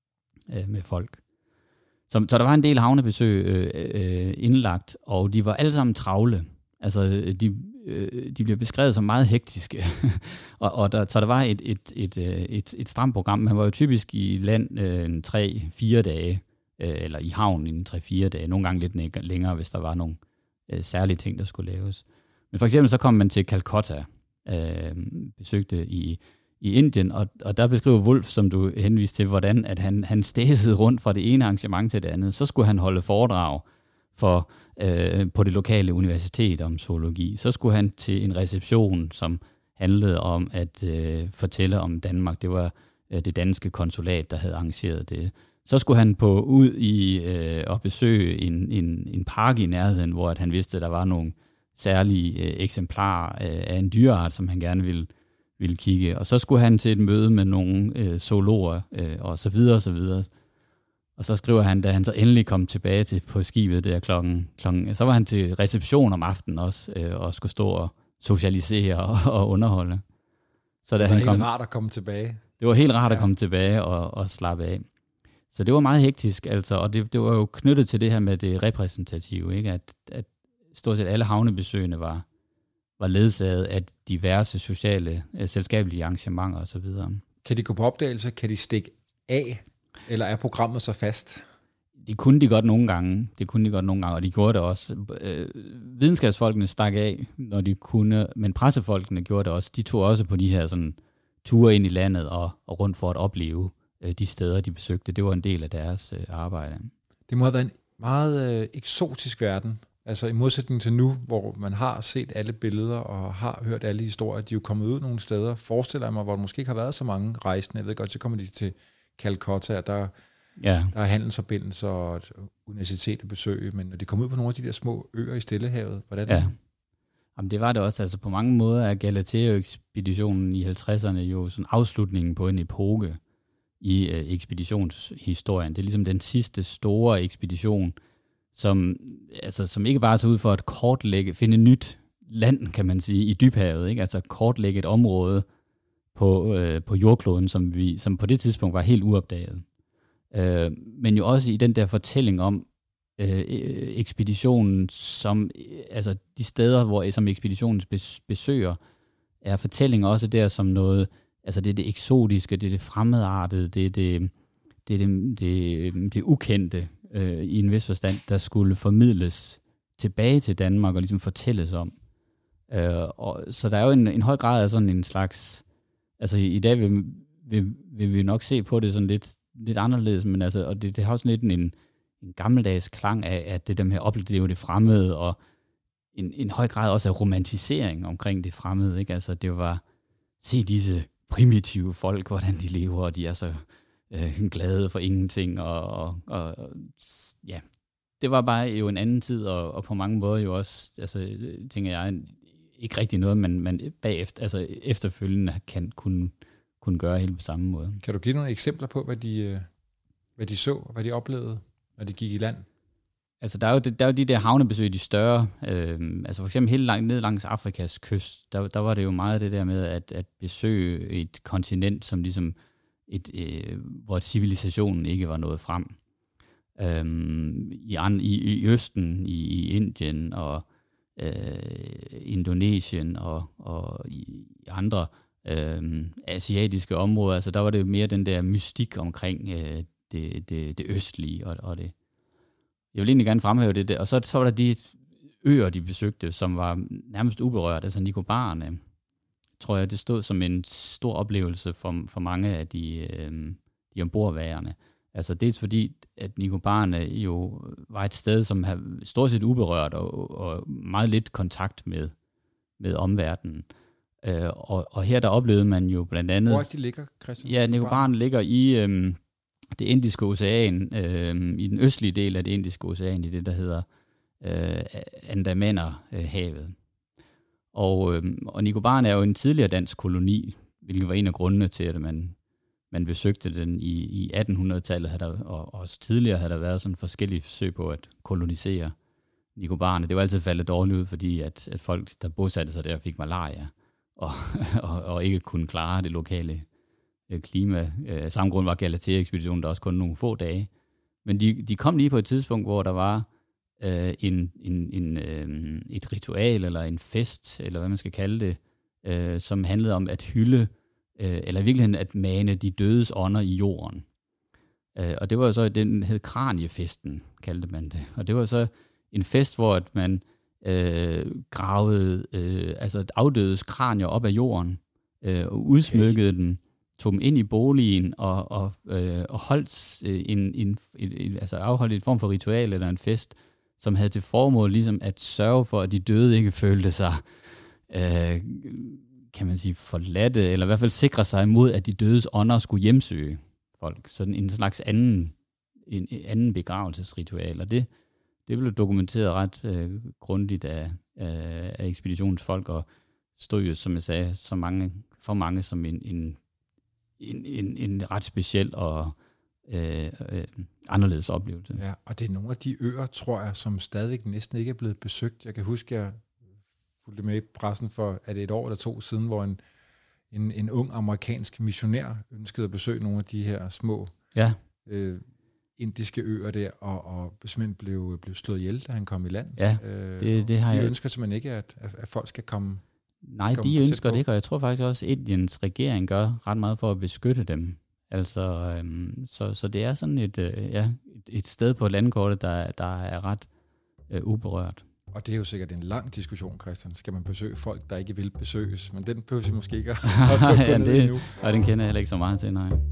øh, med folk. Så, så der var en del havnebesøg øh, øh, indlagt, og de var alle sammen travle. Altså, de, øh, de blev beskrevet som meget hektiske. og, og der, så der var et, et, et, et, et stramt program. Man var jo typisk i land øh, tre fire dage, øh, eller i havn i tre fire dage. Nogle gange lidt længere, hvis der var nogle øh, særlige ting, der skulle laves. Men for eksempel så kom man til Calcutta, øh, besøgte i... i Indien, og, og der beskriver Wolf, som du henviste til, hvordan at han, han stæsede rundt fra det ene arrangement til det andet. Så skulle han holde foredrag for, øh, på det lokale universitet om zoologi. Så skulle han til en reception, som handlede om at øh, fortælle om Danmark. Det var øh, det danske konsulat, der havde arrangeret det. Så skulle han på ud i øh, og besøge en, en, en park i nærheden, hvor at han vidste, at der var nogle særlige øh, eksemplarer øh, af en dyreart, som han gerne ville ville kigge, og så skulle han til et møde med nogle øh, zoologer, øh, og så videre, og så videre. Og så skriver han, da han så endelig kom tilbage til på skibet der klokken, klokken så var han til reception om aftenen også, øh, og skulle stå og socialisere og, og underholde. Så da det var han helt kom, rart at komme tilbage. Det var helt rart ja. at komme tilbage og, og slappe af. Så det var meget hektisk, altså, og det, det var jo knyttet til det her med det repræsentative, ikke? At, at stort set alle havnebesøgende var var ledsaget af diverse sociale, øh, selskabelige arrangementer osv. Kan de gå på opdagelse? Kan de stikke af? Eller er programmet så fast? Det kunne de godt nogle gange. Det kunne de godt nogle gange, og de gjorde det også. Øh, videnskabsfolkene stak af, når de kunne, men pressefolkene gjorde det også. De tog også på de her sådan, ture ind i landet og, og rundt for at opleve øh, de steder, de besøgte. Det var en del af deres øh, arbejde. Det må have været en meget øh, eksotisk verden. Altså i modsætning til nu, hvor man har set alle billeder og har hørt alle historier, de er jo kommet ud nogle steder, forestiller jeg mig, hvor der måske ikke har været så mange rejsende. Jeg ved godt, så kommer de til Calcutta, og der, ja. der er handelsforbindelser og et universitet at besøge, men når de kommer ud på nogle af de der små øer i Stillehavet, hvordan ja. Jamen, det var det også. Altså på mange måder er Galatea-ekspeditionen i halvtredserne jo sådan afslutningen på en epoke i øh, ekspeditionshistorien. Det er ligesom den sidste store ekspedition, som, altså, som ikke bare tager ud for at kortlægge, finde nyt land, kan man sige, i dybhavet, ikke? Altså kortlægge et område på, øh, på jordkloden, som, vi, som på det tidspunkt var helt uopdaget. Øh, men jo også i den der fortælling om øh, ekspeditionen, som, altså de steder, hvor som ekspeditionens besøger, er fortællinger også der som noget, altså det er det eksotiske, det er det fremmedartede, det er det, det, er det, det, det, det ukendte, øh, i en vis forstand, der skulle formidles tilbage til Danmark og ligesom fortælles om. Øh, og, så der er jo en, en høj grad af sådan en slags, altså i, i dag vil, vil, vil vi nok se på det sådan lidt, lidt anderledes, men altså, og det, det har også lidt en, en gammeldags klang af, at det der med at opleve det fremmede, og en, en høj grad også af romantisering omkring det fremmede, ikke? Altså, det var, se disse primitive folk, hvordan de lever, og de er så øh, glade for ingenting, og, og, og ja, det var bare jo en anden tid, og, og på mange måder jo også, altså, tænker jeg, ikke rigtig noget, man, man bagefter, altså efterfølgende kan kunne, kunne gøre helt på samme måde. Kan du give nogle eksempler på, hvad de, hvad de så, hvad de oplevede, når de gik i land? Altså, der er jo, der er jo de der havnebesøg, de større, øh, altså for eksempel helt langt ned langs Afrikas kyst, der, der var det jo meget det der med at, at besøge et kontinent, som ligesom et, øh, hvor civilisationen ikke var nået frem. Øhm, i, an, i, i Østen, i, i Indien og øh, Indonesien og, og i andre øh, asiatiske områder, altså der var det jo mere den der mystik omkring øh, det, det, det østlige og, og det. Jeg vil egentlig gerne fremhæve det der. Og så, så var der de øer, de besøgte, som var nærmest uberørt, altså Nikobarerne, tror jeg, det stod som en stor oplevelse for, for mange af de, øh, de ombordværende. Altså dels fordi, at Nikobarerne jo var et sted, som har stort set uberørt og, og meget lidt kontakt med, med omverdenen. Øh, og, og her der oplevede man jo blandt andet... Hvor de ligger, Christian? Ja, Nikobarerne ligger i øh, det Indiske Ocean, øh, i den østlige del af det Indiske Ocean, i det der hedder øh, Andamanerhavet. Og, øh, og Nikobarerne er jo en tidligere dansk koloni, hvilket var en af grundene til, at man... Man besøgte den i, i attenhundredetallet, havde der, og også tidligere havde der været sådan forskellige forsøg på at kolonisere Nikobarerne. Det var altid faldet dårligt ud, fordi at, at folk, der bosatte sig der, fik malaria, og, og, og ikke kunne klare det lokale øh, klima. Øh, samme grund var Galatea-ekspeditionen, der også kun nogle få dage. Men de, de kom lige på et tidspunkt, hvor der var øh, en, en, en, øh, et ritual, eller en fest, eller hvad man skal kalde det, øh, som handlede om at hylde eller i virkeligheden at mane de dødes ånder i jorden. Og det var så, den hed Kraniefesten, kaldte man det. Og det var så en fest, hvor at man øh, gravede øh, altså afdødes kranier op af jorden, øh, og udsmykkede okay. dem, tog dem ind i boligen, og, og, øh, og holdt en, en, en, en, altså afholdt en form for ritual eller en fest, som havde til formål ligesom at sørge for, at de døde ikke følte sig... Øh, kan man sige, forladte, eller i hvert fald sikre sig imod, at de dødes ånder skulle hjemsøge folk. Sådan en slags anden, en anden begravelsesritual. Og det, det blev dokumenteret ret øh, grundigt af, af, af ekspeditionsfolk, og stod jo, som jeg sagde, så mange, for mange som en, en, en, en, en ret speciel og øh, øh, anderledes oplevelse. Ja, og det er nogle af de øer, tror jeg, som stadigvæk næsten ikke er blevet besøgt. Jeg kan huske, jeg fulgte med i pressen for, er det et år eller to siden, hvor en, en, en ung amerikansk missionær ønskede at besøge nogle af de her små ja. øh, indiske øer der, og, og simpelthen blev, blev slået ihjel, da han kom i land. Ja, det, det har de jeg... ønsker simpelthen ikke, at, at folk skal komme... Nej, komme de ønsker det ikke, og jeg tror faktisk også, at Indiens regering gør ret meget for at beskytte dem. Altså, øhm, så, så det er sådan et, øh, ja, et, et sted på landkortet, der, der er ret øh, uberørt. Og det er jo sikkert en lang diskussion, Christian. Skal man besøge folk, der ikke vil besøges? Men den behøver vi måske ikke at gå ja, ned det, endnu. Og den kender jeg heller ikke så meget til, nej.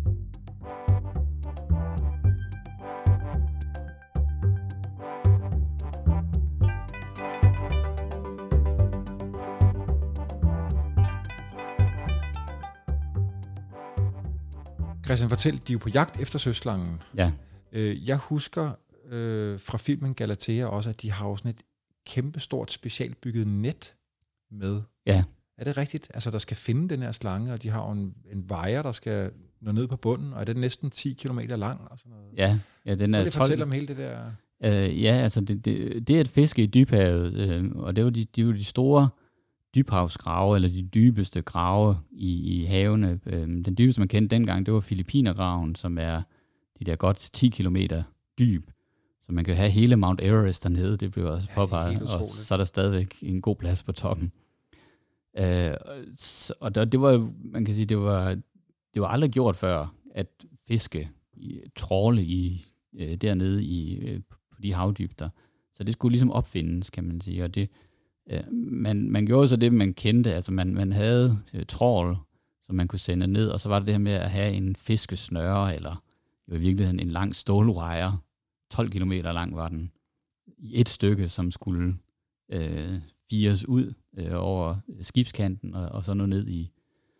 Christian, fortæl, de er jo på jagt efter søslangen. Ja. Jeg husker øh, fra filmen Galatea også, at de har sådan et kæmpestort specialbygget net med. Ja. Er det rigtigt? Altså, der skal finde den her slange, og de har en, en vejer, der skal nå ned på bunden, og er den næsten ti kilometer lang? Og sådan noget. Ja, ja, den er tolv... fortælle om hele det der... Øh, ja, altså, det, det, det er et fiske i dybhavet, øh, og det er jo de, de, er jo de store dybhavsgrave, eller de dybeste grave i, i havene. Øh, den dybeste, man kendte dengang, det var Filippinergraven, som er de der godt ti kilometer dyb. Så man kan have hele Mount Everest dernede, det blev også ja, påpeget, og så er der stadigvæk en god plads på toppen. Øh, så, og der, det var, man kan sige, det var, det var aldrig gjort før, at fiske, i, tråle i, øh, dernede i, øh, på de havdybder. Så det skulle ligesom opfindes, kan man sige, og det, øh, man, man gjorde så det, man kendte, altså man, man havde øh, trål, som man kunne sende ned, og så var det det her med at have en fiskesnøre, eller jo i virkeligheden en lang stålwire, tolv kilometer lang var den, i et stykke, som skulle øh, fires ud øh, over skibskanten, og, og så nå ned i,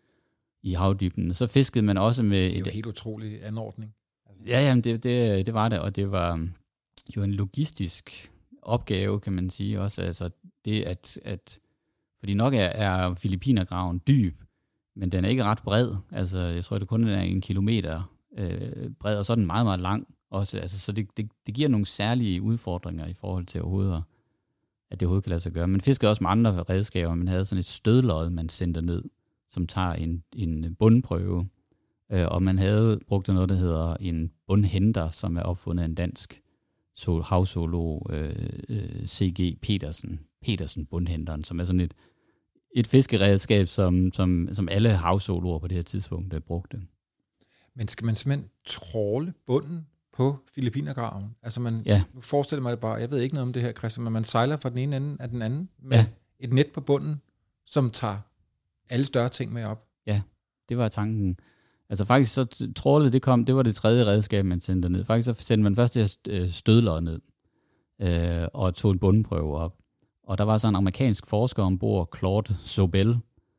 i havdybden. Så fiskede man også med... Det er jo et, helt utrolig anordning. Altså. Ja, jamen det, det, det var det, og det var jo en logistisk opgave, kan man sige også. Altså det, at, at fordi nok er, er Filippinergraven dyb, men den er ikke ret bred. Altså jeg tror, det kun er en kilometer øh, bred, og så er den meget, meget lang også. Altså, så det, det, det giver nogle særlige udfordringer i forhold til overhovedet, at det overhovedet kan lade sig gøre. Man fiskede også med andre redskaber. Man havde sådan et stødlod, man sendte ned, som tager en, en bundprøve. Øh, og man havde brugt noget, der hedder en bundhenter, som er opfundet af en dansk havzoolog, øh, øh, C G Petersen. Petersen bundhenteren, som er sådan et, et fiskeredskab, som, som, som alle havzoologer på det her tidspunkt øh, brugte. Men skal man simpelthen tråle bunden på Filippinergraven? Altså man, ja. Nu forestiller mig det bare, jeg ved ikke noget om det her, Christian, men man sejler fra den ene ende af den anden med ja. et net på bunden, som tager alle større ting med op. Ja, det var tanken. Altså faktisk så trålet, det kom, det var det tredje redskab, man sendte ned. Faktisk så sendte man først det her stødlod ned, øh, og tog en bundprøve op. Og der var så en amerikansk forsker ombord, Claude Sobel,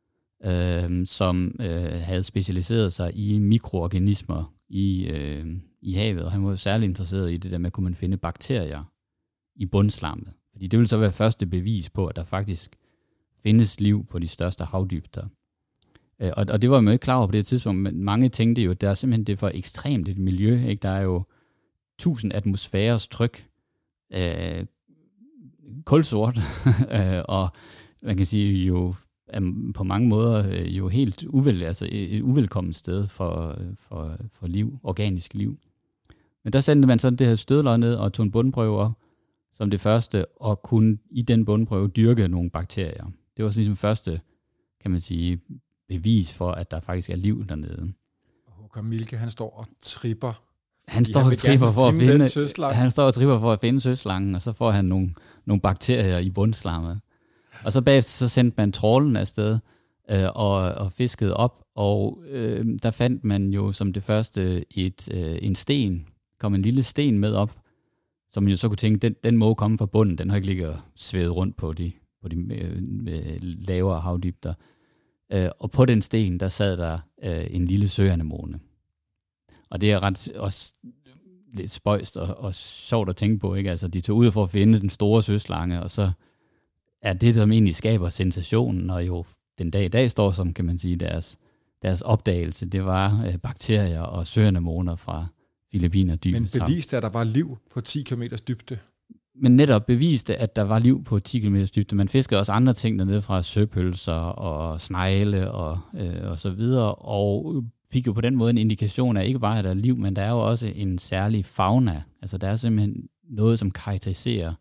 øh, som øh, havde specialiseret sig i mikroorganismer i, øh, i havet, og han var særlig interesseret i det der med, kunne man finde bakterier i bundslammet. Fordi det ville så være første bevis på, at der faktisk findes liv på de største havdybder. Øh, og, og det var man ikke klar over på det tidspunkt, men mange tænkte jo, at der er simpelthen det for ekstremt et miljø. Ikke? Der er jo tusind atmosfæres tryk, øh, kulsort, og man kan sige jo på mange måder jo helt uvel, altså et uvelkomment sted for, for, for liv, organisk liv. Men der sendte man sådan det her stødlod ned og tog en bundprøve op som det første, og kunne i den bundprøve dyrke nogle bakterier. Det var så ligesom første, kan man sige, bevis for, at der faktisk er liv dernede. Og Håkan Mielke, han står og tripper. Han står og tripper for at finde, han står og tripper for at finde søslangen, og så får han nogle, nogle bakterier i bundslammet. Og så bagefter så sendte man trålen afsted øh, og, og fiskede op, og øh, der fandt man jo som det første et, øh, en sten, kom en lille sten med op, som man jo så kunne tænke, den, den må komme fra bunden, den har ikke ligget svævet rundt på de, på de øh, lavere havdybder. Øh, og på den sten, der sad der øh, en lille søanemone. Og det er ret også lidt spøjst og, og sjovt at tænke på, ikke? Altså, de tog ud for at finde den store søslange, og så er det, som egentlig skaber sensationen, og jo den dag i dag står som, kan man sige, deres, deres opdagelse, det var øh, bakterier og søanemoner fra Filippinerdybet. Men beviste, at der var liv på ti kilometers dybde? Men netop beviste, at der var liv på ti kilometers dybde. Man fiskede også andre ting dernede fra søpølser og snegle og, øh, og så videre, og fik jo på den måde en indikation af ikke bare, at der er liv, men der er jo også en særlig fauna. Altså der er simpelthen noget, som karakteriserer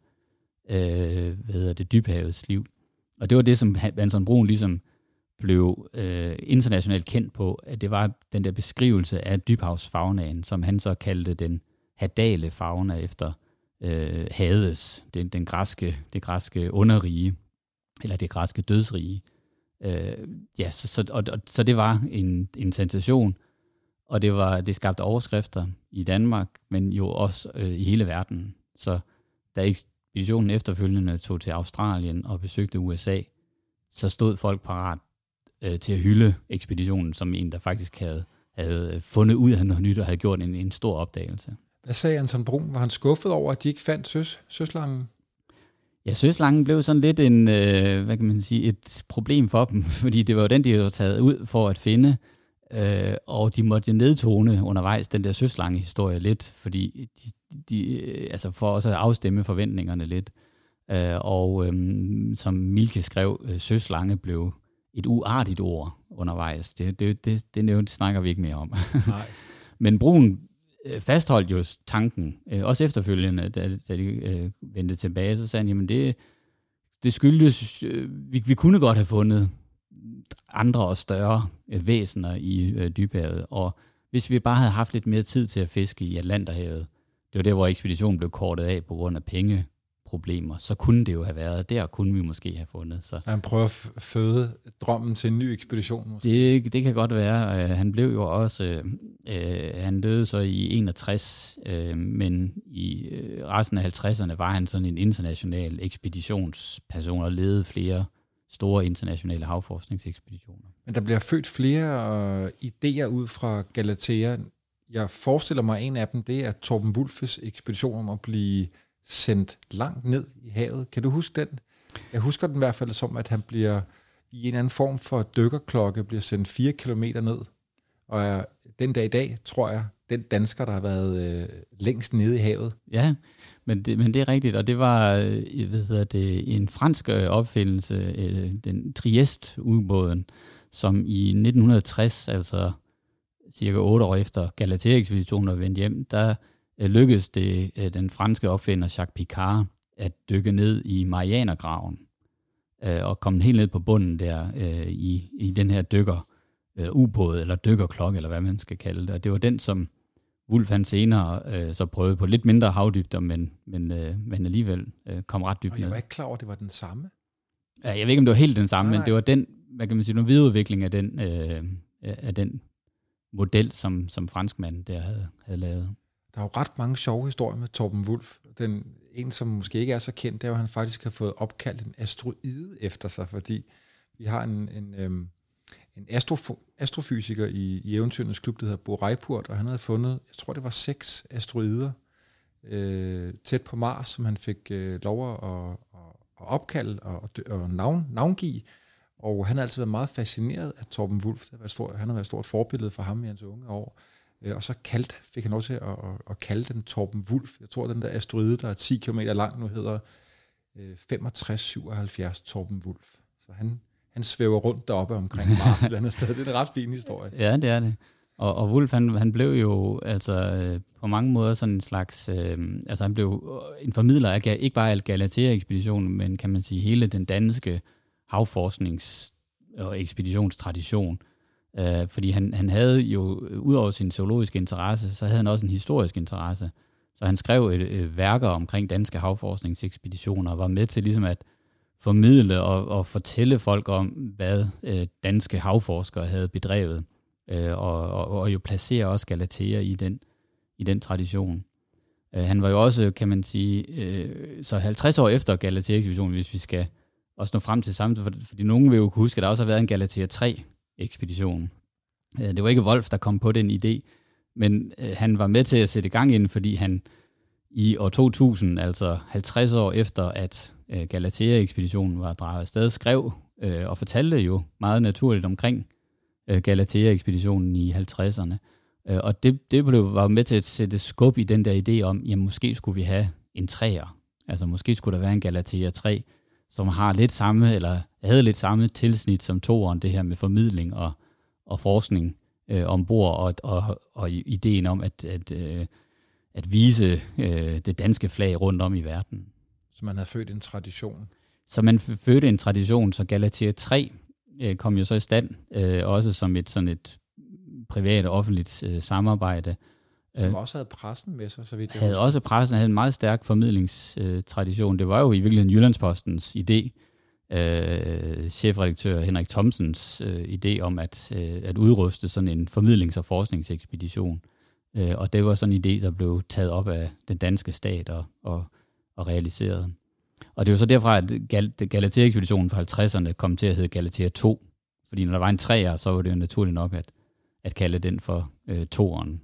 øh, hvad hedder det, dybhavets liv. Og det var det, som Anton Bruun ligesom blev øh, internationalt kendt på, at det var den der beskrivelse af dybhavsfaunaen, som han så kaldte den hadale fauna efter øh, Hades, den, den græske, det græske underrige, eller det græske dødsrige. Øh, ja, så, så, og, og, så det var en, en sensation, og det var det skabte overskrifter i Danmark, men jo også øh, i hele verden. Så da ekspeditionen efterfølgende tog til Australien og besøgte U S A, så stod folk parat øh, til at hylde ekspeditionen som en, der faktisk havde, havde fundet ud af noget nyt og havde gjort en, en stor opdagelse. Hvad sagde Anton Bruun? Var han skuffet over, at de ikke fandt søs, søslangen? Ja, søslangen blev sådan lidt en, øh, hvad kan man sige, et problem for dem, fordi det var jo den, de havde taget ud for at finde, øh, og de måtte nedtone undervejs den der søslangehistorie lidt, fordi de, de, altså for også at afstemme forventningerne lidt. Øh, og øh, som Mielke skrev, øh, søslange blev et uartigt ord undervejs. Det, det, det, det, det snakker vi ikke mere om. Nej. Men Bruun fastholdt jo tanken, øh, også efterfølgende, da, da de øh, vendte tilbage, så sagde han, jamen det, det skyldes, øh, vi, vi kunne godt have fundet andre og større øh, væsener i øh, dybhavet, og hvis vi bare havde haft lidt mere tid til at fiske i Atlanterhavet, det var der, hvor ekspeditionen blev kortet af på grund af problemer, så kunne det jo have været, der kunne vi måske have fundet. Så han prøver at føde drømmen til en ny ekspedition måske. Det, det kan godt være. Uh, han blev jo også, uh, han døde så i enogtres, uh, men i uh, resten af halvtredserne var han sådan en international ekspeditionsperson og ledede flere store internationale havforskningsekspeditioner. Men der bliver født flere uh, idéer ud fra Galatea. Jeg forestiller mig, at en af dem, det er Torben Wulffes ekspedition om at blive sendt langt ned i havet. Kan du huske den? Jeg husker den i hvert fald som, at han bliver i en anden form for dykkerklokke, bliver sendt fire kilometer ned. Og er den dag i dag, tror jeg, den dansker, der har været øh, længst nede i havet. Ja, men det, men det er rigtigt, og det var øh, hvad hedder det, en fransk opfindelse, øh, den Trieste-ubåden, som i nitten tres, altså cirka otte år efter Galatea-ekspeditionen var vendt hjem, der øh, lykkedes det øh, den franske opfinder Jacques Picard at dykke ned i Marianergraven øh, og komme helt ned på bunden der øh, i, i den her dykker øh, ubåd eller dykkerklokke, eller hvad man skal kalde det. Og det var den, som Wulff han senere øh, så prøvede på lidt mindre havdybder, men, men, øh, men alligevel øh, kom ret dybt ned. Og jeg var ikke klar over, at det var den samme. Ja, jeg ved ikke, om det var helt den samme, nej, nej. men det var den, hvad kan man sige, en videreudvikling af den, øh, af den model, som, som franskmanden der havde, havde lavet. Der er jo ret mange sjove historier med Torben Wulff. Den en, som måske ikke er så kendt, det er jo, at han faktisk har fået opkaldt en asteroide efter sig, fordi vi har en, en, øhm, en astrof- astrofysiker i, i Eventyrenes Klub, der hedder Bo Reipurt, og han havde fundet, jeg tror det var seks asteroider øh, tæt på Mars, som han fik øh, lov at, at opkalde og, og navn, navngive. Og han har altid været meget fascineret af Torben Wulff. Det har været stort, han har været et stort forbillede for ham i hans unge år. Og så kaldt, fik han lov til at, at, at kalde den Torben Wulff. Jeg tror, at den der asteroide, der er ti kilometer lang nu, hedder øh, femogtres syvoghalvfjerds Torben Wulff. Så han, han svæver rundt deroppe omkring Mars et eller andet sted. Det er en ret fin historie. Ja, det er det. Og, og Wulff, han, han blev jo altså på mange måder sådan en slags, øh, altså han blev en formidler af ikke bare af Galatea-ekspeditionen, men kan man sige hele den danske havforsknings- og ekspeditionstradition. Uh, fordi han, han havde jo, udover sin zoologiske interesse, så havde han også en historisk interesse. Så han skrev et, et værker omkring danske havforskningsekspeditioner, og var med til ligesom at formidle og, og fortælle folk om, hvad uh, danske havforskere havde bedrevet, uh, og, og, og jo placere også Galatea i den, i den tradition. Uh, han var jo også, kan man sige, uh, så halvtreds år efter Galatea-ekspeditionen, hvis vi skal også nå frem til samme, for, fordi nogen vil jo kunne huske, at der også har været en Galatea tre ekspedition. Det var ikke Wulff, der kom på den idé, men han var med til at sætte i gang ind, fordi han i år to tusind, altså halvtreds år efter, at Galatea-ekspeditionen var drejet afsted, skrev og fortalte jo meget naturligt omkring Galatea-ekspeditionen i halvtredserne. Og det, det blev, var med til at sætte skub i den der idé om, jamen måske skulle vi have en treer. Altså måske skulle der være en Galatea tre, som har lidt samme, eller havde lidt samme tilsnit som toeren, det her med formidling og, og forskning øh, ombord, og, og, og ideen om at, at, øh, at vise øh, det danske flag rundt om i verden. Så man havde født en tradition. Så man fødte en tradition, så Galatea tre øh, kom jo så i stand, øh, også som et sådan et privat og offentligt øh, samarbejde. Som også havde pressen med sig, så vidt jeg havde husker. Også pressen havde en meget stærk formidlingstradition. Det var jo i virkeligheden Jyllandspostens idé, øh, chefredaktør Henrik Thomsens øh, idé om at, øh, at udruste sådan en formidlings- og forskningsekspedition. Øh, og det var sådan en idé, der blev taget op af den danske stat og, og, og realiseret. Og det var så derfra, at Gal- Galatea-ekspeditionen fra halvtredserne kom til at hedde Galatea to. Fordi når der var en treer, så var det jo naturligt nok at, at kalde den for øh, toeren.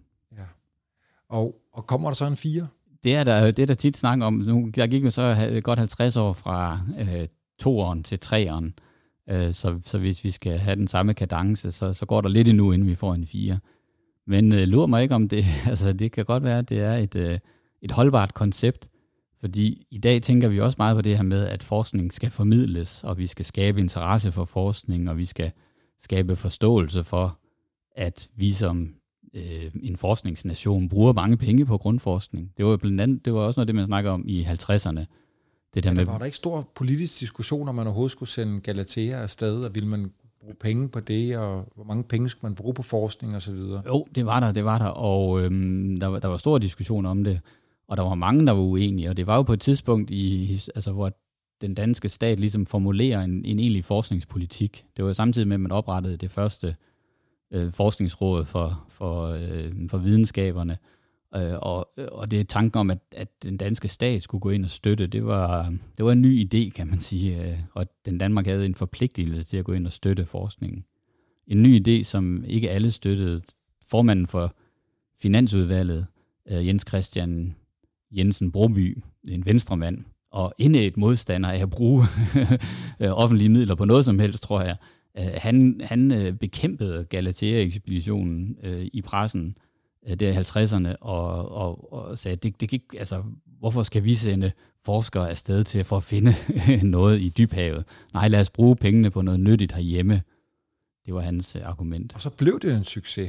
Og, og kommer der så en fire? Det er der, det er der tit snak om. Nu, der gik jo så godt halvtreds år fra øh, toeren til treeren. Øh, så, så hvis vi skal have den samme kadence, så, så går der lidt endnu, inden vi får en fire. Men øh, lurer mig ikke om det. Altså, det kan godt være, at det er et, øh, et holdbart koncept. Fordi i dag tænker vi også meget på det her med, at forskning skal formidles, og vi skal skabe interesse for forskning, og vi skal skabe forståelse for, at vi som en forskningsnation bruger mange penge på grundforskning. Det var blandt andet, det var også noget, det man snakker om i halvtredserne. Det der ja, der med, var der ikke stor politisk diskussion, om man overhovedet skulle sende Galatea afsted, og ville man bruge penge på det, og hvor mange penge skulle man bruge på forskning og så videre? Jo, det var der, det var der, og øhm, der, var, der var stor diskussion om det. og der var mange, der var uenige, og det var jo på et tidspunkt, i, altså, hvor den danske stat ligesom formulerer en, en egentlig forskningspolitik. Det var samtidig med, at man oprettede det første øh, forskningsråd for, for, øh, for videnskaberne, øh, og, og det er tanken om, at, at den danske stat skulle gå ind og støtte, det var, det var en ny idé, kan man sige, øh, og den Danmark havde en forpligtelse til at gå ind og støtte forskningen. En ny idé, som ikke alle støttede. Formanden for Finansudvalget, øh, Jens Christian Jensen Broby, en venstremand, og indædt modstander af at bruge offentlige midler på noget som helst, tror jeg. Han, han bekæmpede Galatea-ekspeditionen i pressen der i halvtredserne, og, og, og sagde, det, det gik, altså, hvorfor skal vi sende forskere afsted til for at finde noget i dybhavet? Nej, lad os bruge pengene på noget nyttigt herhjemme. Det var hans argument. Og så blev det en succes.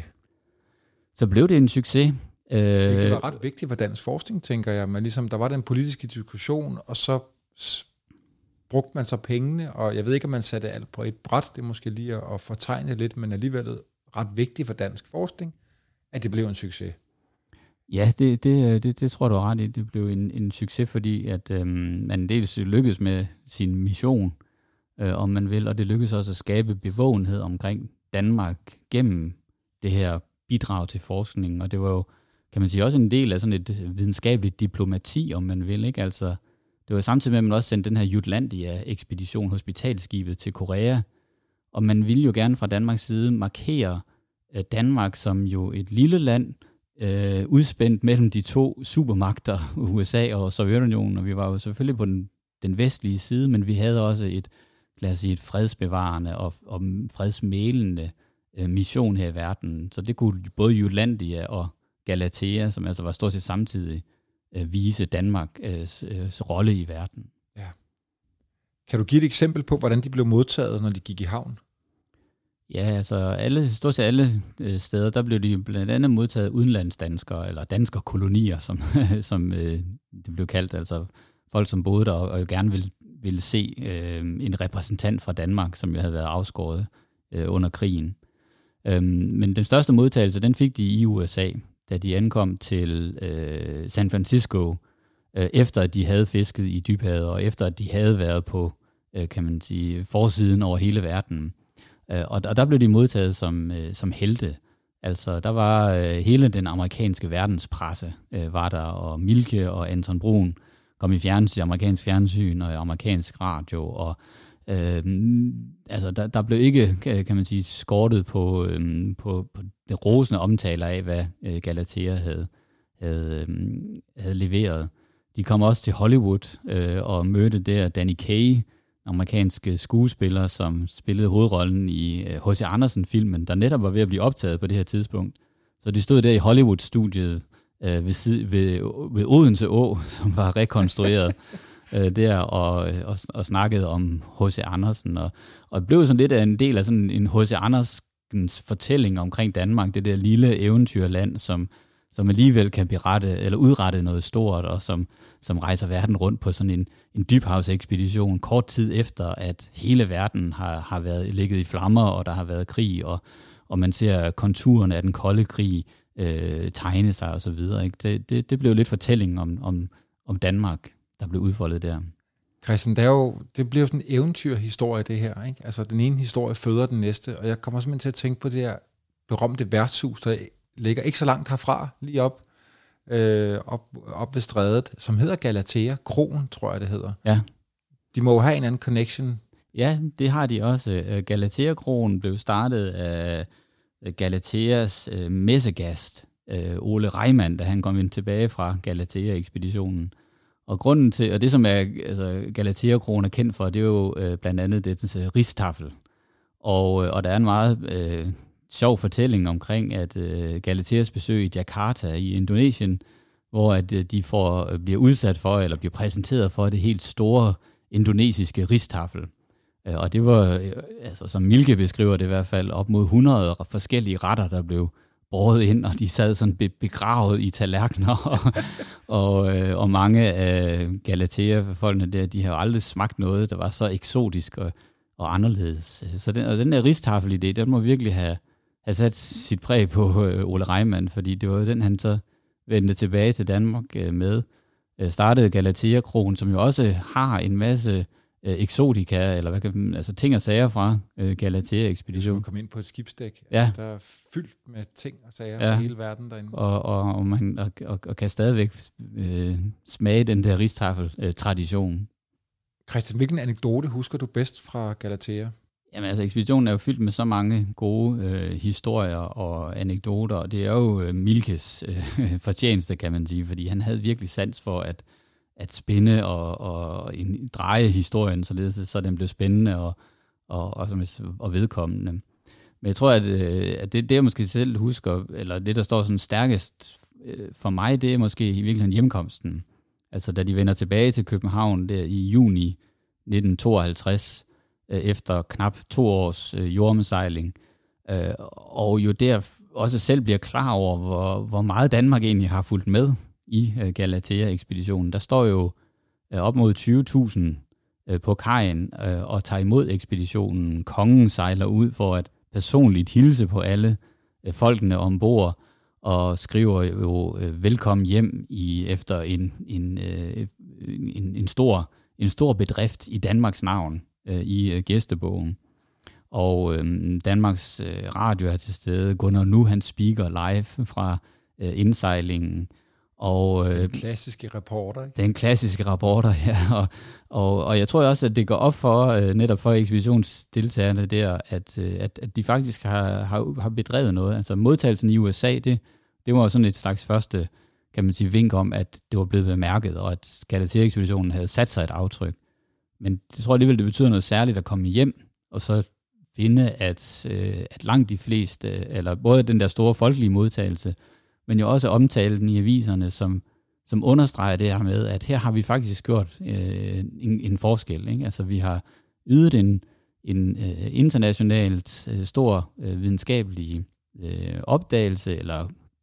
Så blev det en succes. Det var ret vigtigt for dansk forskning, tænker jeg. Men ligesom, der var den politiske diskussion, og så brugte man så pengene, og jeg ved ikke, om man satte alt på et bræt, det er måske lige at fortegne lidt, men alligevel ret vigtigt for dansk forskning, at det blev en succes. Ja, det, det, det, det tror jeg, du er ret i. Det blev en, en succes, fordi at, øhm, man dels lykkedes med sin mission, øh, om man vil, og det lykkedes også at skabe bevågenhed omkring Danmark gennem det her bidrag til forskningen, og det var jo, kan man sige, også en del af sådan et videnskabeligt diplomati, om man vil, ikke? Altså, det var samtidig med, at man også sendte den her Jutlandia-ekspedition, hospitalskibet, til Korea, og man ville jo gerne fra Danmarks side markere uh, Danmark som jo et lille land, uh, udspændt mellem de to supermagter, U S A og Sovjetunionen, og vi var jo selvfølgelig på den, den vestlige side, men vi havde også et, lad os sige, et fredsbevarende og, og fredsmælende uh, mission her i verden, så det kunne både Jutlandia og Galatea, som altså var stort set samtidig, øh, vise Danmarks øh, øh, rolle i verden. Ja. Kan du give et eksempel på, hvordan de blev modtaget, når de gik i havn? Ja, altså alle, stort set alle øh, steder, der blev de blandt andet modtaget udenlandsdanskere, eller danskerkolonier, som, som øh, det blev kaldt, altså folk, som boede der og, og jo gerne ville, ville se øh, en repræsentant fra Danmark, som jo havde været afskåret øh, under krigen. Øhm, men den største modtagelse, den fik de i U S A, da de ankom til øh, San Francisco, øh, efter at de havde fisket i dybhavet, og efter at de havde været på, øh, kan man sige, forsiden over hele verden. Øh, og, og der blev de modtaget som, øh, som helte. Altså, der var øh, hele den amerikanske verdenspresse, øh, var der, og Milke og Anton Bruun kom i fjernsyn, amerikansk fjernsyn og amerikansk radio, og øh, altså, der, der blev ikke, kan man sige, skortet på, øh, på, på det rosende omtaler af, hvad øh, Galatea havde, havde, øh, havde leveret. De kom også til Hollywood øh, og mødte der Danny Kaye, amerikanske skuespiller, som spillede hovedrollen i H C Andersen-filmen, der netop var ved at blive optaget på det her tidspunkt. Så de stod der i Hollywood-studiet øh, ved, side, ved, ved Odense Å, som var rekonstrueret øh, der, og, og, og snakkede om H C Andersen. Og, og det blev sådan lidt af en del af sådan en H C Andersens fortælling omkring Danmark, det der lille eventyrland, som som alligevel kan berette eller udrette noget stort, og som, som rejser verden rundt på sådan en, en dybhavsekspedition, kort tid efter, at hele verden har, har været ligget i flammer, og der har været krig, og, og man ser konturerne af den kolde krig øh, tegne sig og så videre. Ikke? Det, det, det blev lidt fortællingen om, om, om Danmark, der blev udfoldet der. Christian, det, er jo, det bliver jo sådan en eventyrhistorie, det her. Ikke? Altså, den ene historie føder den næste, og jeg kommer simpelthen til at tænke på det her berømte værtshus, der ligger ikke så langt herfra, lige op, øh, op, op ved strædet, som hedder Galatea. Kroen, tror jeg, det hedder. Ja. De må jo have en anden connection. Ja, det har de også. Galatea-kroen blev startet af Galateas øh, messegast, øh, Ole Reimann, da han kom ind tilbage fra Galatea-ekspeditionen. Og grunden til, og det som er, altså, Galatea-kroen er kendt for, det er jo øh, blandt andet det øh, ristaffel. Og, og der er en meget øh, sjov fortælling omkring, at øh, Galateas besøg i Jakarta i Indonesien, hvor at, øh, de får, øh, bliver udsat for, eller bliver præsenteret for det helt store indonesiske ristaffel. Øh, og det var, øh, altså, som Milke beskriver det i hvert fald, op mod hundrede forskellige retter, der blev båret ind, og de sad sådan be- begravet i tallerkener, og, og, øh, og mange af Galatea-folkene der, de har jo aldrig smagt noget, der var så eksotisk og, og anderledes. Så den, og den der ristaffel-idé, den må virkelig have, have sat sit præg på øh, Ole Reimann, fordi det var den, han så vendte tilbage til Danmark øh, med, øh, startede Galatea-kroen, som jo også har en masse øh, eksotika, eller hvad kan man, altså ting og sager fra øh, Galatea-ekspeditionen. Du kom ind på et skibsdæk, ja. der er fyldt med ting og sager ja. fra hele verden derinde. Og, og, og, man, og, og, og kan stadigvæk øh, smage den der ristafel-tradition. Øh, Christian, hvilken anekdote husker du bedst fra Galatea? Jamen altså, ekspeditionen er jo fyldt med så mange gode øh, historier og anekdoter, og det er jo øh, Mielkes øh, fortjeneste, kan man sige, fordi han havde virkelig sans for at, at spænde og, og en, dreje historien, således så den blev spændende og, og, og, og vedkommende. Men jeg tror, at, øh, at det, det, jeg måske selv husker, eller det, der står sådan stærkest øh, for mig, det er måske i virkeligheden hjemkomsten. Altså, da de vender tilbage til København der i juni nitten tooghalvtreds, efter knap to års øh, jordomsejling, øh, og jo der også selv bliver klar over, hvor, hvor meget Danmark egentlig har fulgt med i øh, Galatea-ekspeditionen. Der står jo øh, op mod tyve tusind øh, på kajen øh, og tager imod ekspeditionen. Kongen sejler ud for at personligt hilse på alle øh, folkene ombord, og skriver jo øh, velkommen hjem i efter en, en, øh, en, en, stor, en stor bedrift i Danmarks navn i øh, gæstebogen. Og øh, Danmarks øh, Radio er til stede. Gunnar Nu, han speaker live fra øh, indsejlingen. Og, øh, den klassiske reporter, ikke? Den klassiske reporter, ja. Og, og, og jeg tror også, at det går op for, øh, netop for ekspeditionsdeltagerne der, at, øh, at, at de faktisk har, har, har bedrevet noget. Altså modtagelsen i U S A, det, det var sådan et slags første, kan man sige, vink om, at det var blevet bemærket, og at Galatea-ekspeditionen havde sat sig et aftryk. Men jeg tror alligevel, det betyder noget særligt at komme hjem, og så finde, at, øh, at langt de fleste, eller både den der store folkelige modtagelse, men jo også omtale den i aviserne, som, som understreger det her med, at her har vi faktisk gjort øh, en, en forskel. Ikke? Altså vi har ydet en, en øh, internationalt øh, stor øh, videnskabelig øh, opdagelse, eller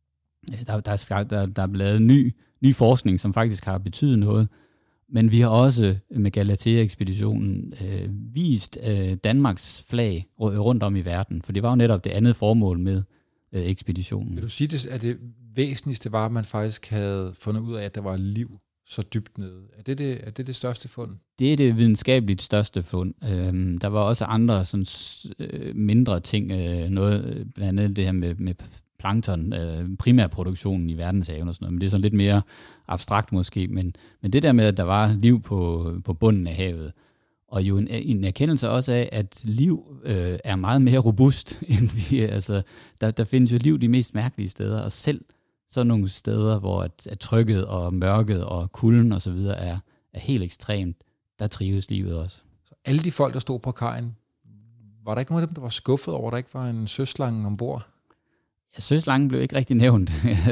øh, der, der, der, der er blevet ny, ny forskning, som faktisk har betydet noget. Men vi har også med Galatea-ekspeditionen øh, vist øh, Danmarks flag rundt om i verden, for det var jo netop det andet formål med øh, ekspeditionen. Vil du sige, det, at det væsentligste var, at man faktisk havde fundet ud af, at der var liv så dybt nede? Er det det, er det, det største fund? Det er det videnskabeligt største fund. Øhm, der var også andre sådan, øh, mindre ting, øh, noget, blandt andet det her med, med plankton, øh, primærproduktionen i verdenshaven og sådan noget, men det er sådan lidt mere abstrakt måske, men, men det der med, at der var liv på, på bunden af havet, og jo en, en erkendelse også af, at liv øh, er meget mere robust, end vi, altså, der, der findes jo liv de mest mærkelige steder, og selv sådan nogle steder, hvor at, at trykket og mørket og kulden og så videre er, er helt ekstremt, der trives livet også. Så alle de folk, der stod på kajen, var der ikke nogen af dem, der var skuffet over, at der ikke var en søslange ombord? Ja, søslangen blev ikke rigtig nævnt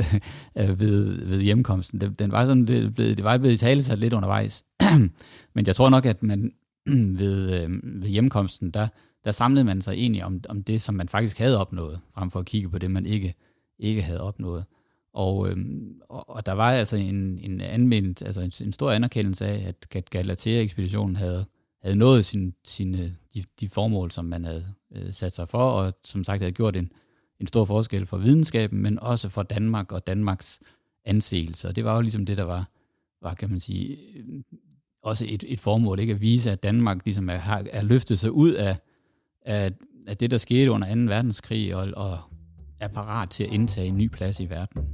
ved, ved hjemkomsten. Den, den var sådan, det, blev, det var blevet italesat lidt undervejs. Men jeg tror nok, at man ved, ved hjemkomsten, der, der samlede man sig egentlig om, om det, som man faktisk havde opnået, frem for at kigge på det, man ikke, ikke havde opnået. Og, øhm, og, og der var altså en, en anmeldt, altså en, en stor anerkendelse af, at Galatea-ekspeditionen havde, havde nået sin, sine, de, de formål, som man havde øh, sat sig for, og som sagt havde gjort en, en stor forskel for videnskaben, men også for Danmark og Danmarks anseelse. Og det var jo ligesom det, der var, var kan man sige, også et, et formål, ikke at vise, at Danmark ligesom er, er løftet sig ud af, af, af det, der skete under anden verdenskrig, og, og er parat til at indtage en ny plads i verden.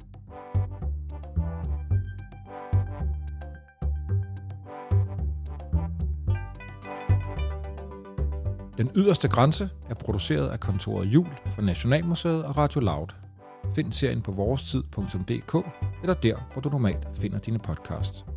Den yderste grænse er produceret af kontoret Jul for Nationalmuseet og Radio Loud. Find serien på vorestid punktum d k eller der, hvor du normalt finder dine podcasts.